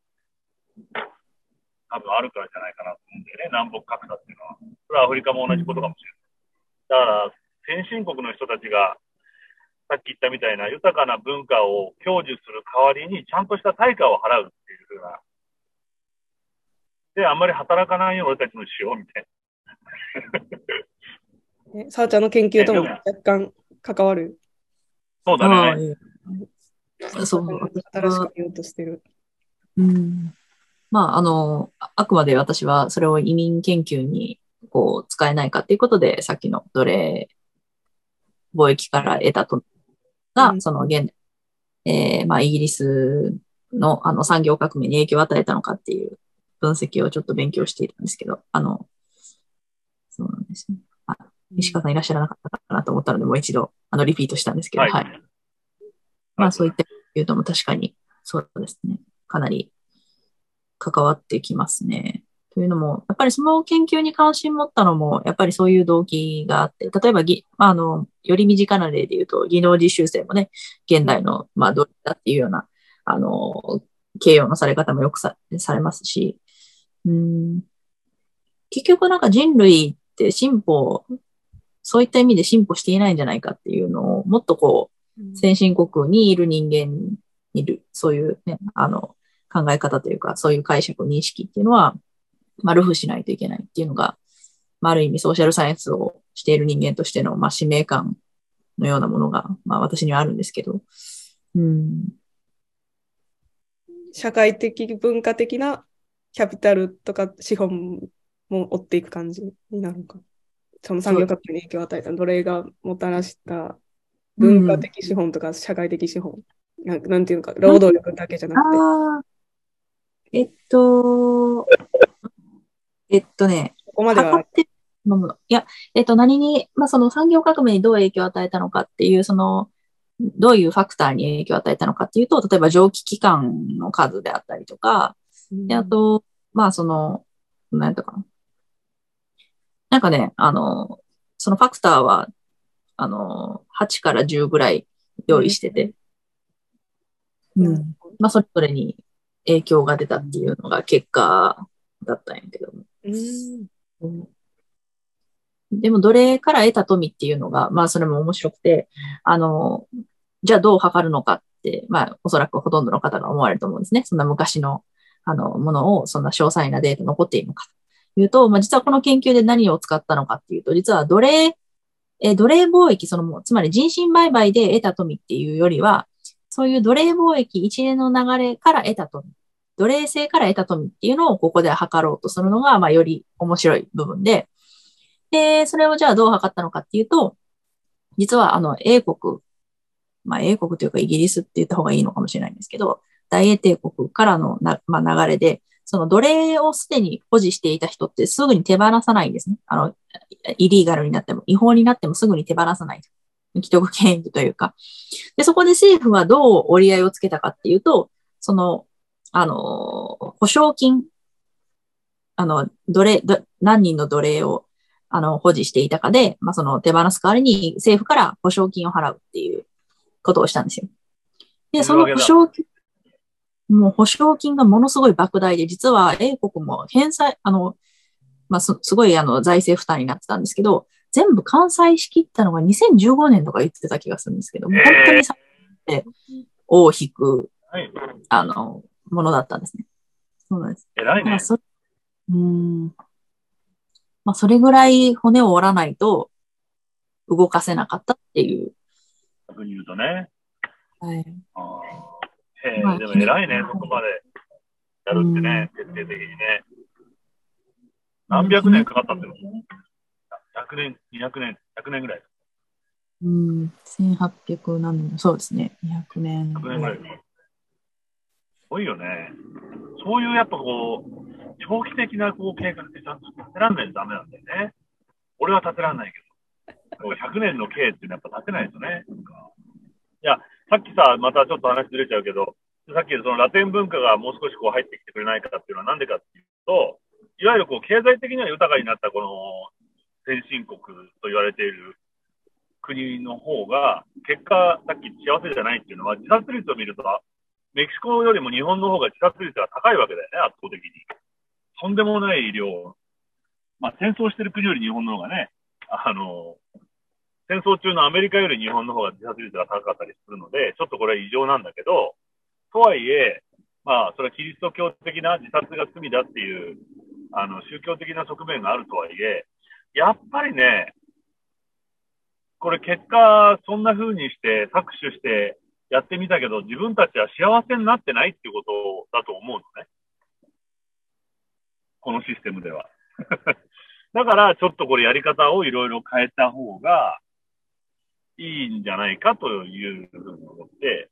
多分あるからじゃないかなと思うんだよね、南北格差っていうのは。それはアフリカも同じことかもしれない。だから、先進国の人たちが、さっき言ったみたいな豊かな文化を享受する代わりに、ちゃんとした対価を払うっていうふうな。で、あんまり働かないよう俺たちのしようみたいな。ね、さあちゃんの研究とも若干関わる。 そうだね。 そう、新しく言おうとしてる。 うん。まあ、あの、あくまで私はそれを移民研究にこう使えないかっていうことで、さっきの奴隷貿易から得たとが、うん、その現、えー、まあ、イギリスのあの産業革命に影響を与えたのかっていう分析をちょっと勉強していたんですけど、あの、そうなんですね。あ、石川さんいらっしゃらなかったかなと思ったので、もう一度、あの、リピートしたんですけど、はい。はい、まあ、そういった言うとも確かに、そうですね。かなり関わってきますね。というのも、やっぱりその研究に関心持ったのも、やっぱりそういう動機があって、例えばぎ、あの、より身近な例で言うと、技能実習生もね、現代の、まあ、どうだっていうような、あの、形容のされ方もよくさ、されますし、うん、結局なんか人類って進歩、そういった意味で進歩していないんじゃないかっていうのを、もっとこう、先進国にいる人間にいる、そういうね、あの、考え方というか、そういう解釈、認識っていうのは、まあ、ルフしないといけないっていうのが、まあ、ある意味ソーシャルサイエンスをしている人間としての、まあ、使命感のようなものが、まあ、私にはあるんですけど、うん、 社会的、文化的なキャピタルとか資本も追っていく感じになるのか。その産業革命に影響を与えた奴隷がもたらした文化的資本とか社会的資本、うん、な, なんていうのか、労働力だけじゃなくて。 あえっと、えっとね、 ここまでは。 いや、えっと、何に、まあ、その産業革命にどう影響を与えたのかっていう、その、どういうファクターに影響を与えたのかっていうと、例えば蒸気機関の数であったりとか、うん、であと、まあ、その、なんとかな。なんかね、あの、そのファクターは、あの、はちからじゅうぐらい用意してて、うん。うん、まあ、それぞれに影響が出たっていうのが結果だったんやけども。うん、でも、奴隷から得た富っていうのが、まあ、それも面白くて、あの、じゃあどう測るのかって、まあ、おそらくほとんどの方が思われると思うんですね。そんな昔の、あの、ものを、そんな詳細なデータ残っているのかというと、まあ、実はこの研究で何を使ったのかっていうと、実は奴隷、え、奴隷貿易、そのもう、つまり人身売買で得た富っていうよりは、そういう奴隷貿易一連の流れから得た富、奴隷制から得た富っていうのをここで測ろうとするのが、まあ、より面白い部分で、で、それをじゃあどう測ったのかっていうと、実はあの、英国、まあ、英国というかイギリスって言った方がいいのかもしれないんですけど、大英帝国からのな、まあ、流れで、その奴隷をすでに保持していた人ってすぐに手放さないんですね。あの、イリーガルになっても、違法になってもすぐに手放さない。既得権益というか。で、そこで政府はどう折り合いをつけたかっていうと、その、あの、保証金、あの、奴隷、何人の奴隷を、あの、保持していたかで、まあ、その手放す代わりに政府から保証金を払うっていうことをしたんですよ。で、その保証金、 もう保証金がものすごい莫大で、実は英国も返済、あの、まあ、す、すごいあの財政負担になってたんですけど、全部完済しきったのがにせんじゅうごねんとか言ってた気がするんですけど、もう本当にさって尾を引く、 はい。 あの、ものだったんですね。そうなんです。 偉いね。 まあ、そ、うーん。まあ、それぐらい骨を折らないと動かせなかったっていう。 逆に言うとね。 はい。 あーへまあ、 え、でも偉いね、そこまでやるってね、徹底的にね。何百年かかったってこと？ひゃくねん、にひゃくねん、ひゃくねんぐらい。 うん、せんはっぴゃく何年、そうですね、にひゃくねんひゃくねんぐらい。すごいよね。そういうやっぱこう、長期的なこう計画ってちゃんと立てらんないとダメなんだよね。俺は立てらんないけど。ひゃくねんの計っていうのはやっぱ立てないとね。いや、さっきさ、またちょっと話ずれちゃうけど、さっきそのラテン文化がもう少しこう入ってきてくれないかっていうのはなんでかっていうと、いわゆるこう経済的には豊かになったこの先進国と言われている国の方が、結果、さっき幸せじゃないっていうのは、自殺率を見ると、メキシコよりも日本の方が自殺率が高いわけだよね、圧倒的に。とんでもない量。まあ、戦争してる国より日本の方がね、あの、戦争中のアメリカより日本の方が自殺率が高かったりするので、ちょっとこれは異常なんだけど、とはいえ、まあ、それはキリスト教的な自殺が罪だっていう、あの、宗教的な側面があるとはいえ、やっぱりね、これ結果、そんな風にして搾取してやってみたけど、自分たちは幸せになってないっていうことだと思うのね。このシステムでは。だから、ちょっとこれやり方をいろいろ変えた方がいいんじゃないかというふうに思って、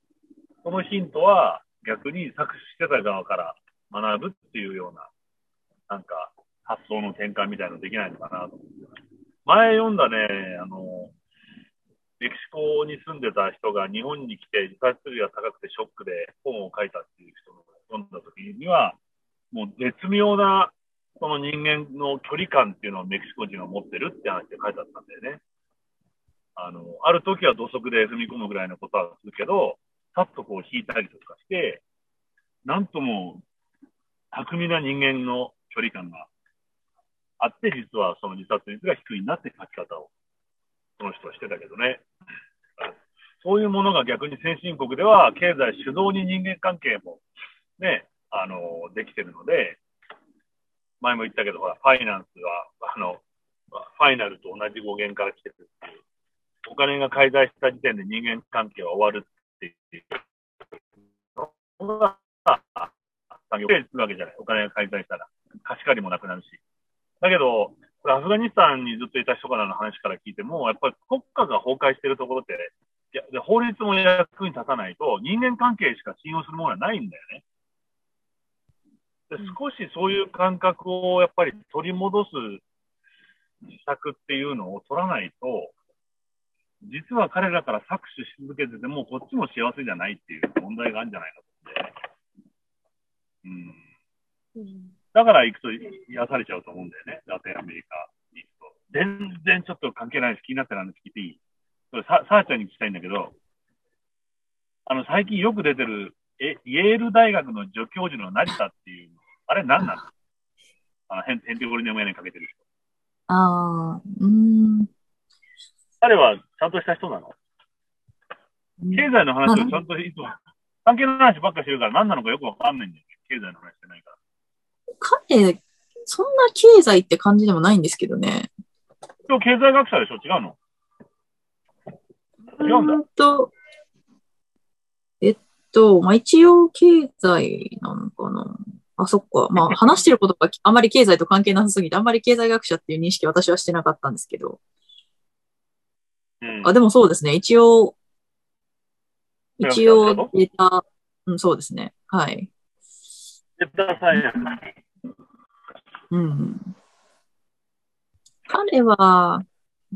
そのヒントは逆に搾取してた側から学ぶっていうような、なんか発想の転換みたいなのできないのかなと思って。前読んだね、あの、メキシコに住んでた人が日本に来て自殺率が高くてショックで本を書いたっていう人を読んだ時には、もう絶妙なその人間の距離感っていうのをメキシコ人は持ってるって話で書いてあったんだよね。あの、ある時は土足で踏み込むぐらいのことはするけど、さっとこう引いたりとかして、なんとも巧みな人間の距離感があって、実はその自殺率が低いなって書き方をその人はしてたけどね。そういうものが逆に先進国では経済主導に人間関係もね、あの、できてるので、前も言ったけど、ほら、ファイナンスは、あの、ファイナルと同じ語源から来てるっていう。お金が介在した時点で人間関係は終わるっていうのが、産業成立するわけじゃない。お金が介在したら。貸し借りもなくなるし。だけど、アフガニスタンにずっといた人からの話から聞いても、やっぱり国家が崩壊しているところって、いやで法律も役に立たないと、人間関係しか信用するものはないんだよね。で少しそういう感覚をやっぱり取り戻す施策っていうのを取らないと、実は彼らから搾取し続けてても、こっちも幸せじゃないっていう問題があるんじゃないかと思って。うん。だから行くと癒されちゃうと思うんだよね。ラテンアメリカに行くと。全然ちょっと関係ないし、気になってる話聞いていい？それさ、さあちゃんに聞きたいんだけど、あの、最近よく出てる、え、イェール大学の助教授の成田っていう、あれ何なの？あの、ヘン、ヘンテゴリの眼鏡かけてる人。 ああ、うーん。 彼はちゃんとした人なの？経済の話をちゃんといつも、関係の話ばっかしてるから何なのかよくわかんないんだよね。経済の話してないから。 彼、そんな経済って感じでもないんですけどね。 今日経済学者でしょ？違うの？違うんだ。 うんと、えっと、まあ、一応経済なのかな。あ、そっか。まあ、話してることがあまり経済と関係なさすぎて、あんまり経済学者っていう認識は私はしてなかったんですけど。 うん、 あ、でもそうですね。一応、一応データ、うん、そうですね。はい。 データサイエンス。 うん。彼は、うん、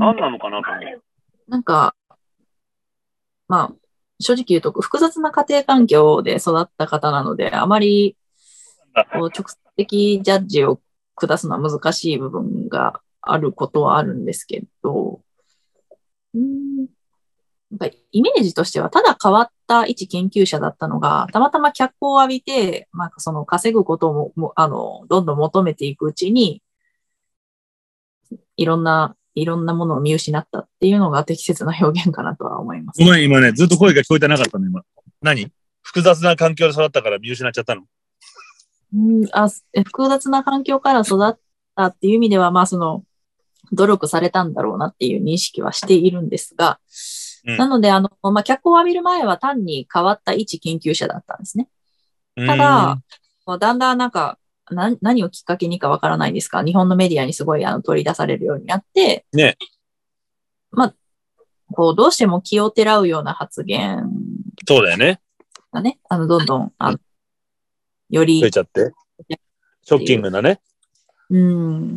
何なのかなと思う。 なんか、まあ、正直言うと複雑な家庭環境で育った方なので、あまりこう直接的ジャッジを下すのは難しい部分があることはあるんですけど、うん、 なんかイメージとしては、ただ変わった一研究者だったのが、たまたま脚光を浴びて、まあ、その稼ぐことも、もあの、どんどん求めていくうちに、いろんな、いろんなものを見失ったっていうのが適切な表現かなとは思います。 ごめん、今ね、ずっと声が聞こえてなかったの、今。何？複雑な環境で育ったから見失っちゃったの？ うん、あ、複雑な環境から育ったっていう意味では、まあ、その、努力されたんだろうなっていう認識はしているんですが、 うん、 なので、あの、まあ、脚光を浴びる前は単に変わった一研究者だったんですね。ただ、だんだんなんか、な何をきっかけにかわからないんですが、日本のメディアにすごいあの取り出されるようになって、 ね。 まあ、こう、どうしても気をてらうような発言そうだよね。 がね、あの、どんどん、あの、より、 増えちゃって。ショッキングだね。 うん。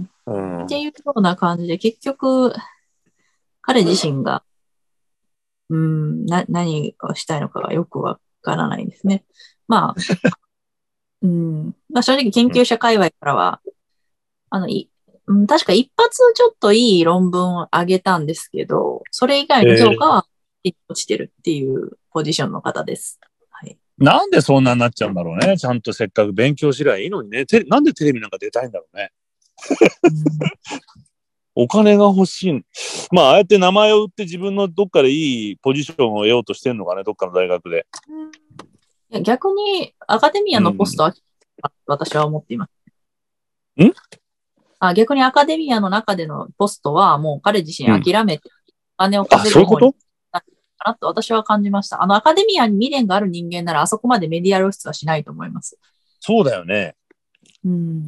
うん、 っていうような感じで、結局、彼自身が、うん、な、何をしたいのかがよくわからないんですね。まあ、うん、まあ正直研究者界隈からは、あの、い、うん、確か一発ちょっといい論文を上げたんですけど、それ以外の評価は落ちてるっていうポジションの方です。はい。 なんでそんなになっちゃうんだろうね。ちゃんとせっかく勉強しりゃいいのにね。てなんでテレビなんか出たいんだろうね。お金が欲しい。まあ、ああやって名前を売って自分のどっかでいいポジションを得ようとしてんのかね、どっかの大学で。 いや逆にアカデミアのポストは、うん、私は思っています。 んあ逆にアカデミアの中でのポストはもう彼自身諦めて、お金を稼ぐ方になるかなと私は感じました。あのアカデミアに未練がある人間ならあそこまでメディア露出はしないと思います。 そうだよね。 うん、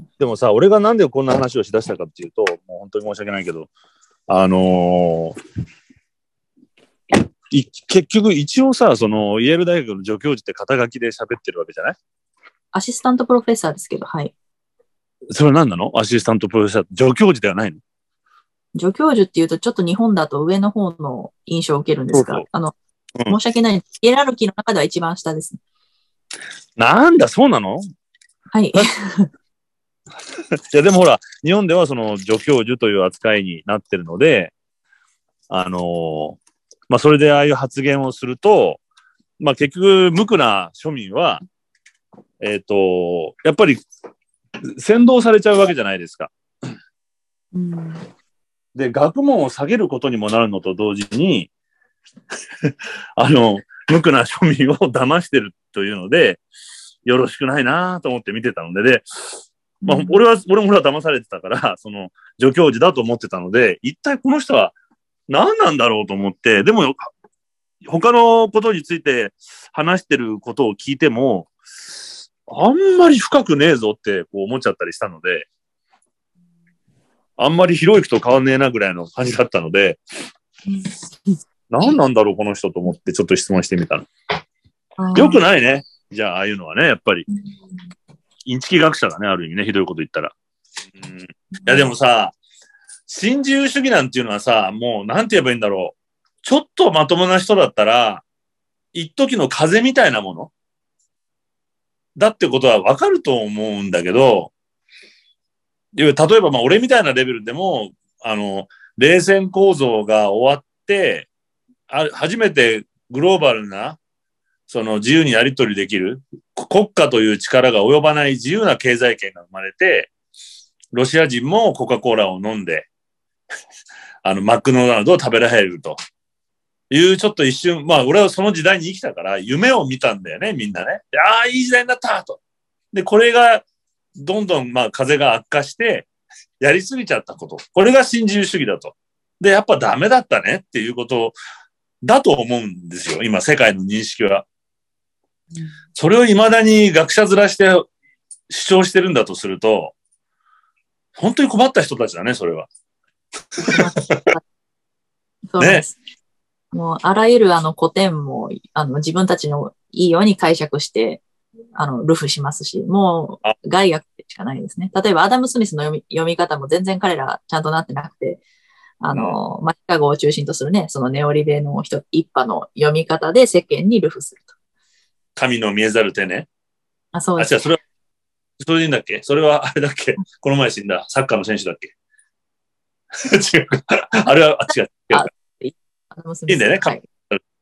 でもさ、俺がなんでこんな話をしだしたかっていうと、もう本当に申し訳ないけど、あのー、い結局一応さ、そのイェール大学の助教授って肩書きで喋ってるわけじゃない？ アシスタントプロフェッサーですけど、はい。それは何なの？アシスタントプロフェッサー、助教授ではないの？ 助教授っていうとちょっと日本だと上の方の印象を受けるんですが、そうそうあの、うん、申し訳ない。ヒエラルキーの中では一番下です。 なんだ、そうなの？ はい。 いやでもほら、日本ではその助教授という扱いになってるので、あのー、まあそれでああいう発言をすると、まあ結局無垢な庶民は、えっと、やっぱり扇動されちゃうわけじゃないですか。 うん、 で、学問を下げることにもなるのと同時に、あの、無垢な庶民を騙してるというので、よろしくないなと思って見てたので、で、まあ、俺は、俺も俺は騙されてたから、その、助教授だと思ってたので、一体この人は何なんだろうと思って、でも、他のことについて話してることを聞いても、あんまり深くねえぞってこう思っちゃったりしたので、あんまりひろゆきと変わんねえなぐらいの感じだったので、何なんだろうこの人と思ってちょっと質問してみたの。よくないね。じゃあ、ああいうのはね、やっぱり。インチキ学者だね、ある意味ね、ひどいこと言ったら。うん、いや、でもさ、新自由主義なんていうのはさ、もう、なんて言えばいいんだろう。ちょっとまともな人だったら、一時の風みたいなものだってことはわかると思うんだけど、例えば、まあ、俺みたいなレベルでも、あの、冷戦構造が終わって、あ初めてグローバルな、その自由にやり取りできる国家という力が及ばない自由な経済圏が生まれて、ロシア人もコカ・コーラを飲んで、あの、マックドナルドを食べられるというちょっと一瞬、まあ俺はその時代に生きたから夢を見たんだよね、みんなね。ああ、いい時代になったと。で、これがどんどんまあ風が悪化してやりすぎちゃったこと。これが新自由主義だと。で、やっぱダメだったねっていうことだと思うんですよ、今世界の認識は。それを未だに学者面して主張してるんだとすると、本当に困った人たちだね、それは。 そうです。ね、もう、あらゆるあの古典も、あの、自分たちのいいように解釈して、あの、ルフしますし、もう、害悪しかないですね。例えば、アダム・スミスの読み、読み方も全然彼らちゃんとなってなくて、あの、まあ、シカゴを中心とするね、そのネオリベの一派の読み方で世間にルフすると。 神の見えざる手ね。 あ、そうです。 あ、違う、それは、それでいいんだっけ？それは、あれだっけ？この前死んだサッカーの選手だっけ？違う。あれは、あ、違う。違うあ、いいいんだよね。はい、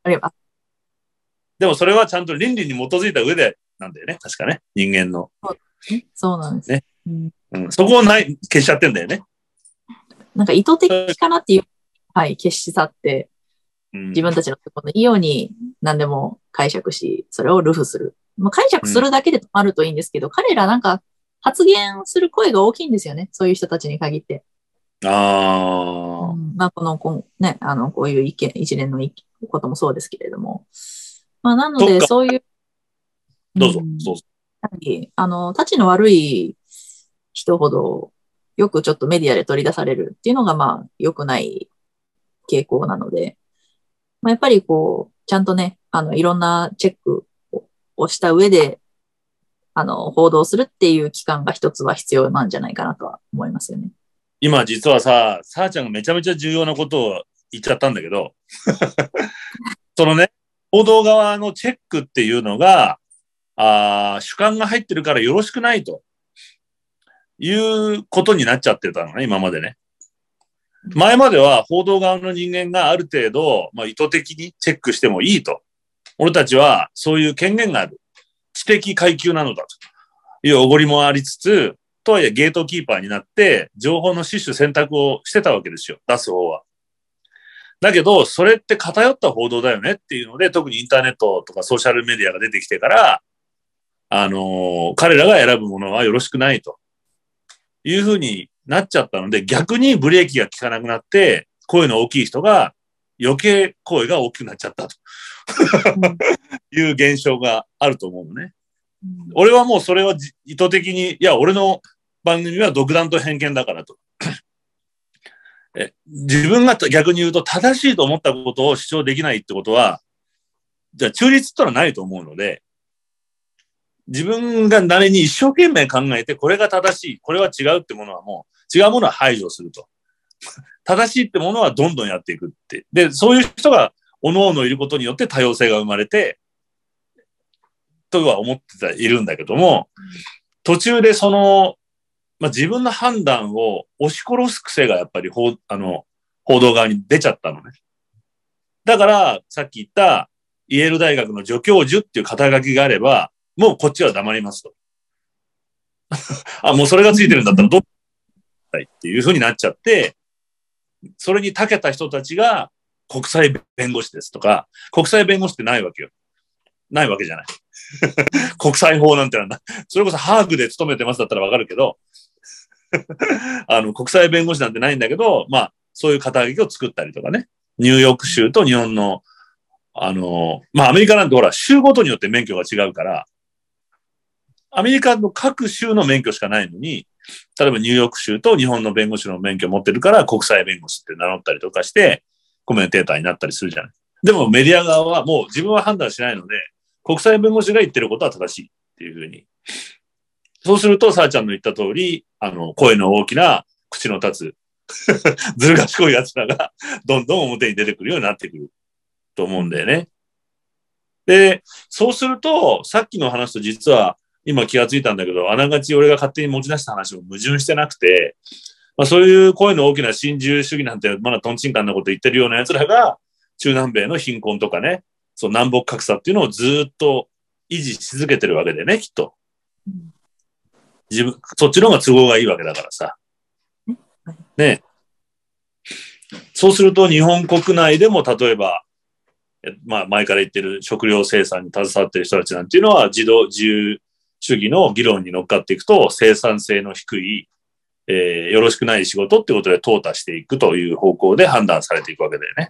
あれば。 でもそれはちゃんと倫理に基づいた上でなんだよね。確かね。人間の。 そうなんです。 ね。 うんうん、そこをない、消しちゃってんだよね。 なんか意図的かなっていう、はい、消し去って、自分たちのところのいいように何でも解釈し、それをルフする。まあ、解釈するだけで止まるといいんですけど、うん、彼らなんか発言する声が大きいんですよね。そういう人たちに限って。 ああ、 うん。まあ、この、こうね、あの、こういう意見、一連のこともそうですけれども。まあ、なので、そういう。 どうぞ、どうぞ。 やはり、あの、立ちの悪い人ほど、よくちょっとメディアで取り出されるっていうのが、まあ、良くない傾向なので、まあ、やっぱりこう、ちゃんとね、あの、いろんなチェックをした上で、あの、報道するっていう期間が一つは必要なんじゃないかなとは思いますよね。 今実はさ、さあちゃんがめちゃめちゃ重要なことを言っちゃったんだけど、そのね、報道側のチェックっていうのが、あ主観が入ってるからよろしくないということになっちゃってたのね、今までね。前までは報道側の人間がある程度、まあ、意図的にチェックしてもいいと。俺たちはそういう権限がある。知的階級なのだというおごりもありつつ、とはいえゲートキーパーになって情報の死守選択をしてたわけですよ。出す方は。だけど、それって偏った報道だよねっていうので、特にインターネットとかソーシャルメディアが出てきてから、あのー、彼らが選ぶものはよろしくないというふうになっちゃったので、逆にブレーキが効かなくなって、声の大きい人が余計声が大きくなっちゃったという現象があると思うのね。うん、俺はもうそれは意図的に、いや、俺の番組は独断と偏見だからと。え自分が逆に言うと正しいと思ったことを主張できないってことは、じゃあ中立ってのはないと思うので、自分が誰に一生懸命考えて、これが正しい、これは違うってものはもう、違うものは排除すると。正しいってものはどんどんやっていくって。で、そういう人が各々いることによって多様性が生まれて、とは思ってた、いるんだけども、途中でその、まあ、自分の判断を押し殺す癖がやっぱり報、あの、報道側に出ちゃったのね。だから、さっき言った、イェール大学の助教授っていう肩書きがあれば、もうこっちは黙りますと。あ、もうそれがついてるんだったらどうだいっていう風になっちゃって、それに長けた人たちが国際弁護士ですとか、国際弁護士ってないわけよ。ないわけじゃない。国際法なんてなんだ。それこそハーグで勤めてますだったらわかるけど、あの、国際弁護士なんてないんだけど、まあ、そういう肩書きを作ったりとかね。ニューヨーク州と日本の、あの、まあ、アメリカなんてほら、州ごとによって免許が違うから、アメリカの各州の免許しかないのに、例えばニューヨーク州と日本の弁護士の免許を持ってるから国際弁護士って名乗ったりとかして、コメンテーターになったりするじゃない。でもメディア側はもう自分は判断しないので、国際弁護士が言ってることは正しいっていうふうに。そうすると、さあちゃんの言った通り、あの、声の大きな、口の立つ、ずる賢い奴らが、どんどん表に出てくるようになってくると思うんだよね。で、そうすると、さっきの話と実は、今気がついたんだけど、あながち俺が勝手に持ち出した話も矛盾してなくて、まあ、そういう声の大きな新自由主義なんて、まだトンチンカンなこと言ってるような奴らが、中南米の貧困とかね、そう南北格差っていうのをずっと維持し続けてるわけでね、きっと。自分、そっちの方が都合がいいわけだからさ。ね。そうすると日本国内でも例えば、まあ前から言ってる食料生産に携わってる人たちなんていうのは自動自由主義の議論に乗っかっていくと生産性の低い、えー、よろしくない仕事ってことで淘汰していくという方向で判断されていくわけだよね。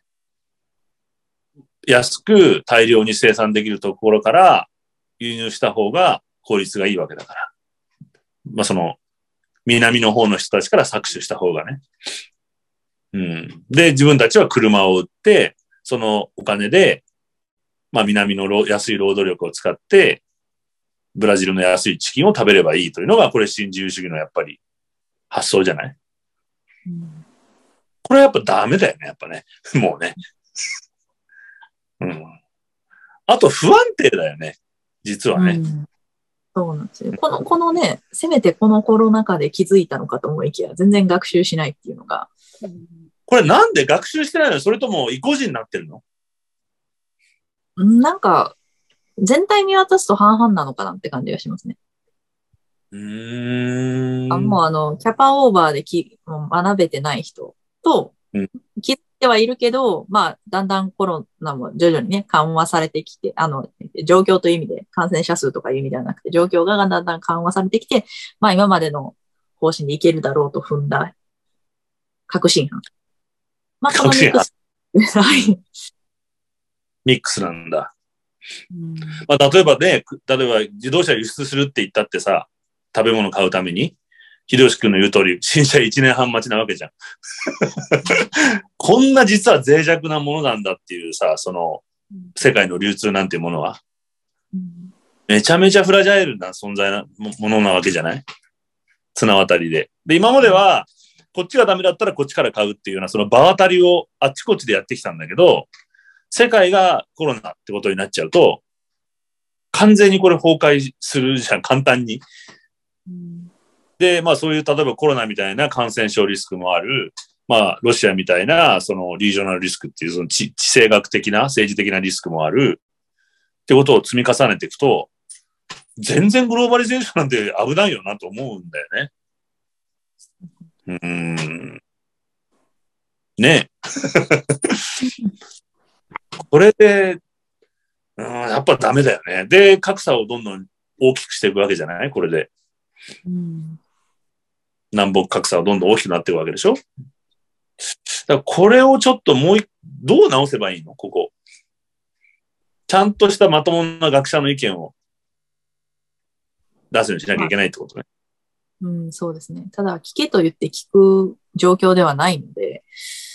安く大量に生産できるところから輸入した方が効率がいいわけだから。まあその南の方の人たちから搾取した方がね。うん。で、自分たちは車を売って、そのお金で、まあ南の安い労働力を使って、ブラジルの安いチキンを食べればいいというのが、これ新自由主義のやっぱり発想じゃない、うん、これはやっぱダメだよね、やっぱね。もうね。うん。あと不安定だよね。実はね。うんそうなんですよ。この、このね、せめてこのコロナ禍で気づいたのかと思いきや、全然学習しないっていうのが。 これなんで学習してないの？それとも意固地になってるの？ なんか、全体見渡すと半々なのかなって感じがしますね。 うーん。 あもうあの、キャパオーバーできもう学べてない人と、 うん気づいてはいるけど、まあ、だんだんコロナも徐々にね、緩和されてきて、あの、状況という意味で、感染者数とかいう意味ではなくて、状況がだんだん緩和されてきて、まあ今までの方針でいけるだろうと踏んだ確信犯。まあ、このミックス。はい。 ミックスなんだ。 うんまあ、例えばね、例えば自動車輸出するって言ったってさ、食べ物買うために、秀吉君の言う通り、新車いちねんはん待ちなわけじゃん。こんな実は脆弱なものなんだっていうさ、その、世界の流通なんていうものは、めちゃめちゃフラジャイルな存在なものなわけじゃない？綱渡りで。で、今までは、こっちがダメだったらこっちから買うっていうような、その場渡りをあっちこっちでやってきたんだけど、世界がコロナってことになっちゃうと、完全にこれ崩壊するじゃん、簡単に。で、まあそういう、例えばコロナみたいな感染症リスクもある、まあロシアみたいな、そのリージョナルリスクっていう、その地地政学的な、政治的なリスクもある、ってことを積み重ねていくと、全然グローバリゼーションなんて危ないよなと思うんだよね。うーん。ねえ。これで、うん、やっぱダメだよね。で、格差をどんどん大きくしていくわけじゃない？これで。 うん、 南北格差はどんどん大きくなっていくわけでしょ？だからこれをちょっともう一、どう直せばいいの？ここ。ちゃんとしたまともな学者の意見を出すようにしなきゃいけないってことね。 うん、そうですね。ただ、聞けと言って聞く状況ではないので。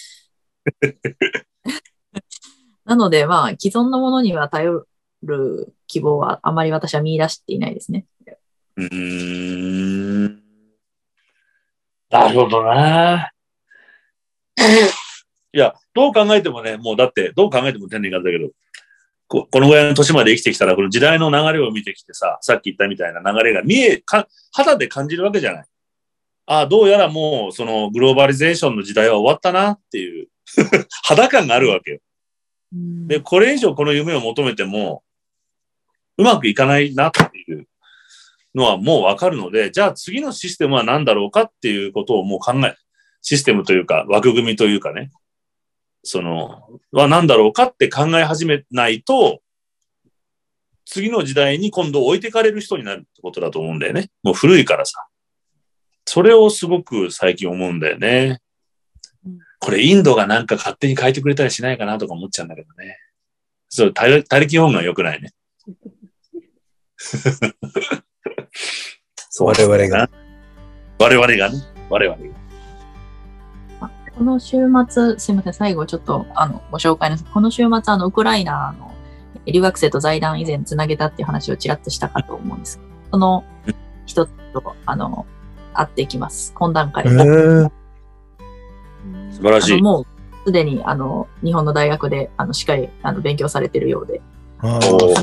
なので、まあ、既存のものには頼る希望はあまり私は見出していないですね。 うーん。なるほどな。いや、どう考えてもね、もうだって、どう考えても天然方だけど、こ, このぐらいの年まで生きてきたら、この時代の流れを見てきてさ、さっき言ったみたいな流れが見え、か肌で感じるわけじゃない。ああ、どうやらもう、そのグローバリゼーションの時代は終わったなっていう、肌感があるわけよ。で、これ以上この夢を求めても、うまくいかないなっていうのはもうわかるので、じゃあ次のシステムは何だろうかっていうことをもう考え、システムというか枠組みというかね、その、は何だろうかって考え始めないと、次の時代に今度置いてかれる人になるってことだと思うんだよね。もう古いからさ。それをすごく最近思うんだよね。これインドがなんか勝手に変えてくれたりしないかなとか思っちゃうんだけどね。そう、他力本願良くないね。 我々が。 我々がね。我々が。 この週末、すいません、最後ちょっとあのご紹介の、この週末、あのウクライナの留学生と財団以前つなげたっていう話をちらっとしたかと思うんですけど、その一つとあの会っていきます。懇談会で。 素晴らしい。 もうすでにあの日本の大学であのしっかりあの勉強されているようで、 あ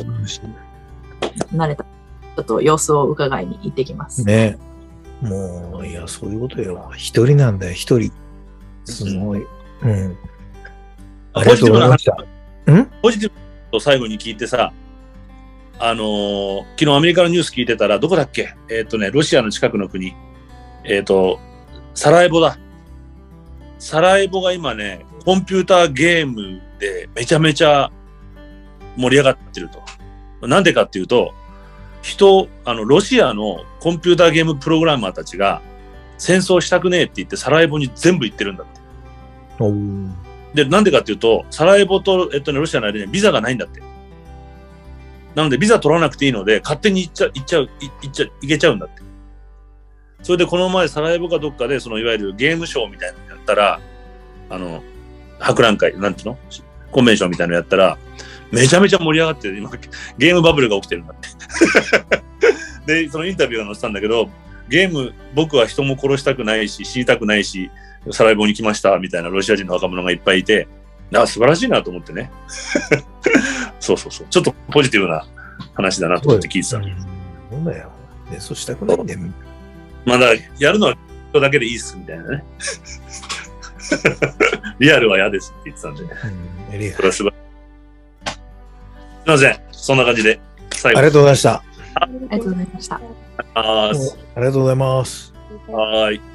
慣れたちょっと様子を伺いに行ってきます。 ね。もういやそういうことよ。一人なんだよ一人。すごい。うん。ありがとうございました。ん？ ポジティブと最後に聞いてさ、あのー、昨日アメリカのニュース聞いてたら、どこだっけ？えっとね、ロシアの近くの国。えっと、サラエボだ。サラエボが今ね、コンピューターゲームでめちゃめちゃ盛り上がってると。なんでかっていうと、人、あの、ロシアのコンピューターゲームプログラマーたちが戦争したくねえって言ってサラエボに全部行ってるんだって。 おー。 で、なんでかっていうと、サラエボと、えっとね、ロシアの間にビザがないんだって。なので、ビザ取らなくていいので、勝手に行っちゃ、行っちゃう、行っちゃ、行けちゃうんだって。それで、この前、サラエボかどっかで、その、いわゆるゲームショーみたいなのやったら、あの、博覧会、なんていうの？コンベンションみたいなのやったら、めちゃめちゃ盛り上がってる、今、ゲームバブルが起きてるんだって。で、そのインタビューが載ってたんだけど、ゲーム、僕は人も殺したくないし、死にたくないし、サラエボに来ました、みたいなロシア人の若者がいっぱいいて、あ、素晴らしいなと思ってね。そうそうそう。ちょっとポジティブな話だなと思って聞いてた。 そうだよ。ね、そうしたくないんだよ。 まだ、やるのは人だけでいいっす、みたいなね。リアルは嫌ですって言ってたんで。 うん、リアル。 これは素晴らしい。 いません。そんな感じで。最後ありがとうございました。 ありがとうございました。 あありがとうございます。 はーい。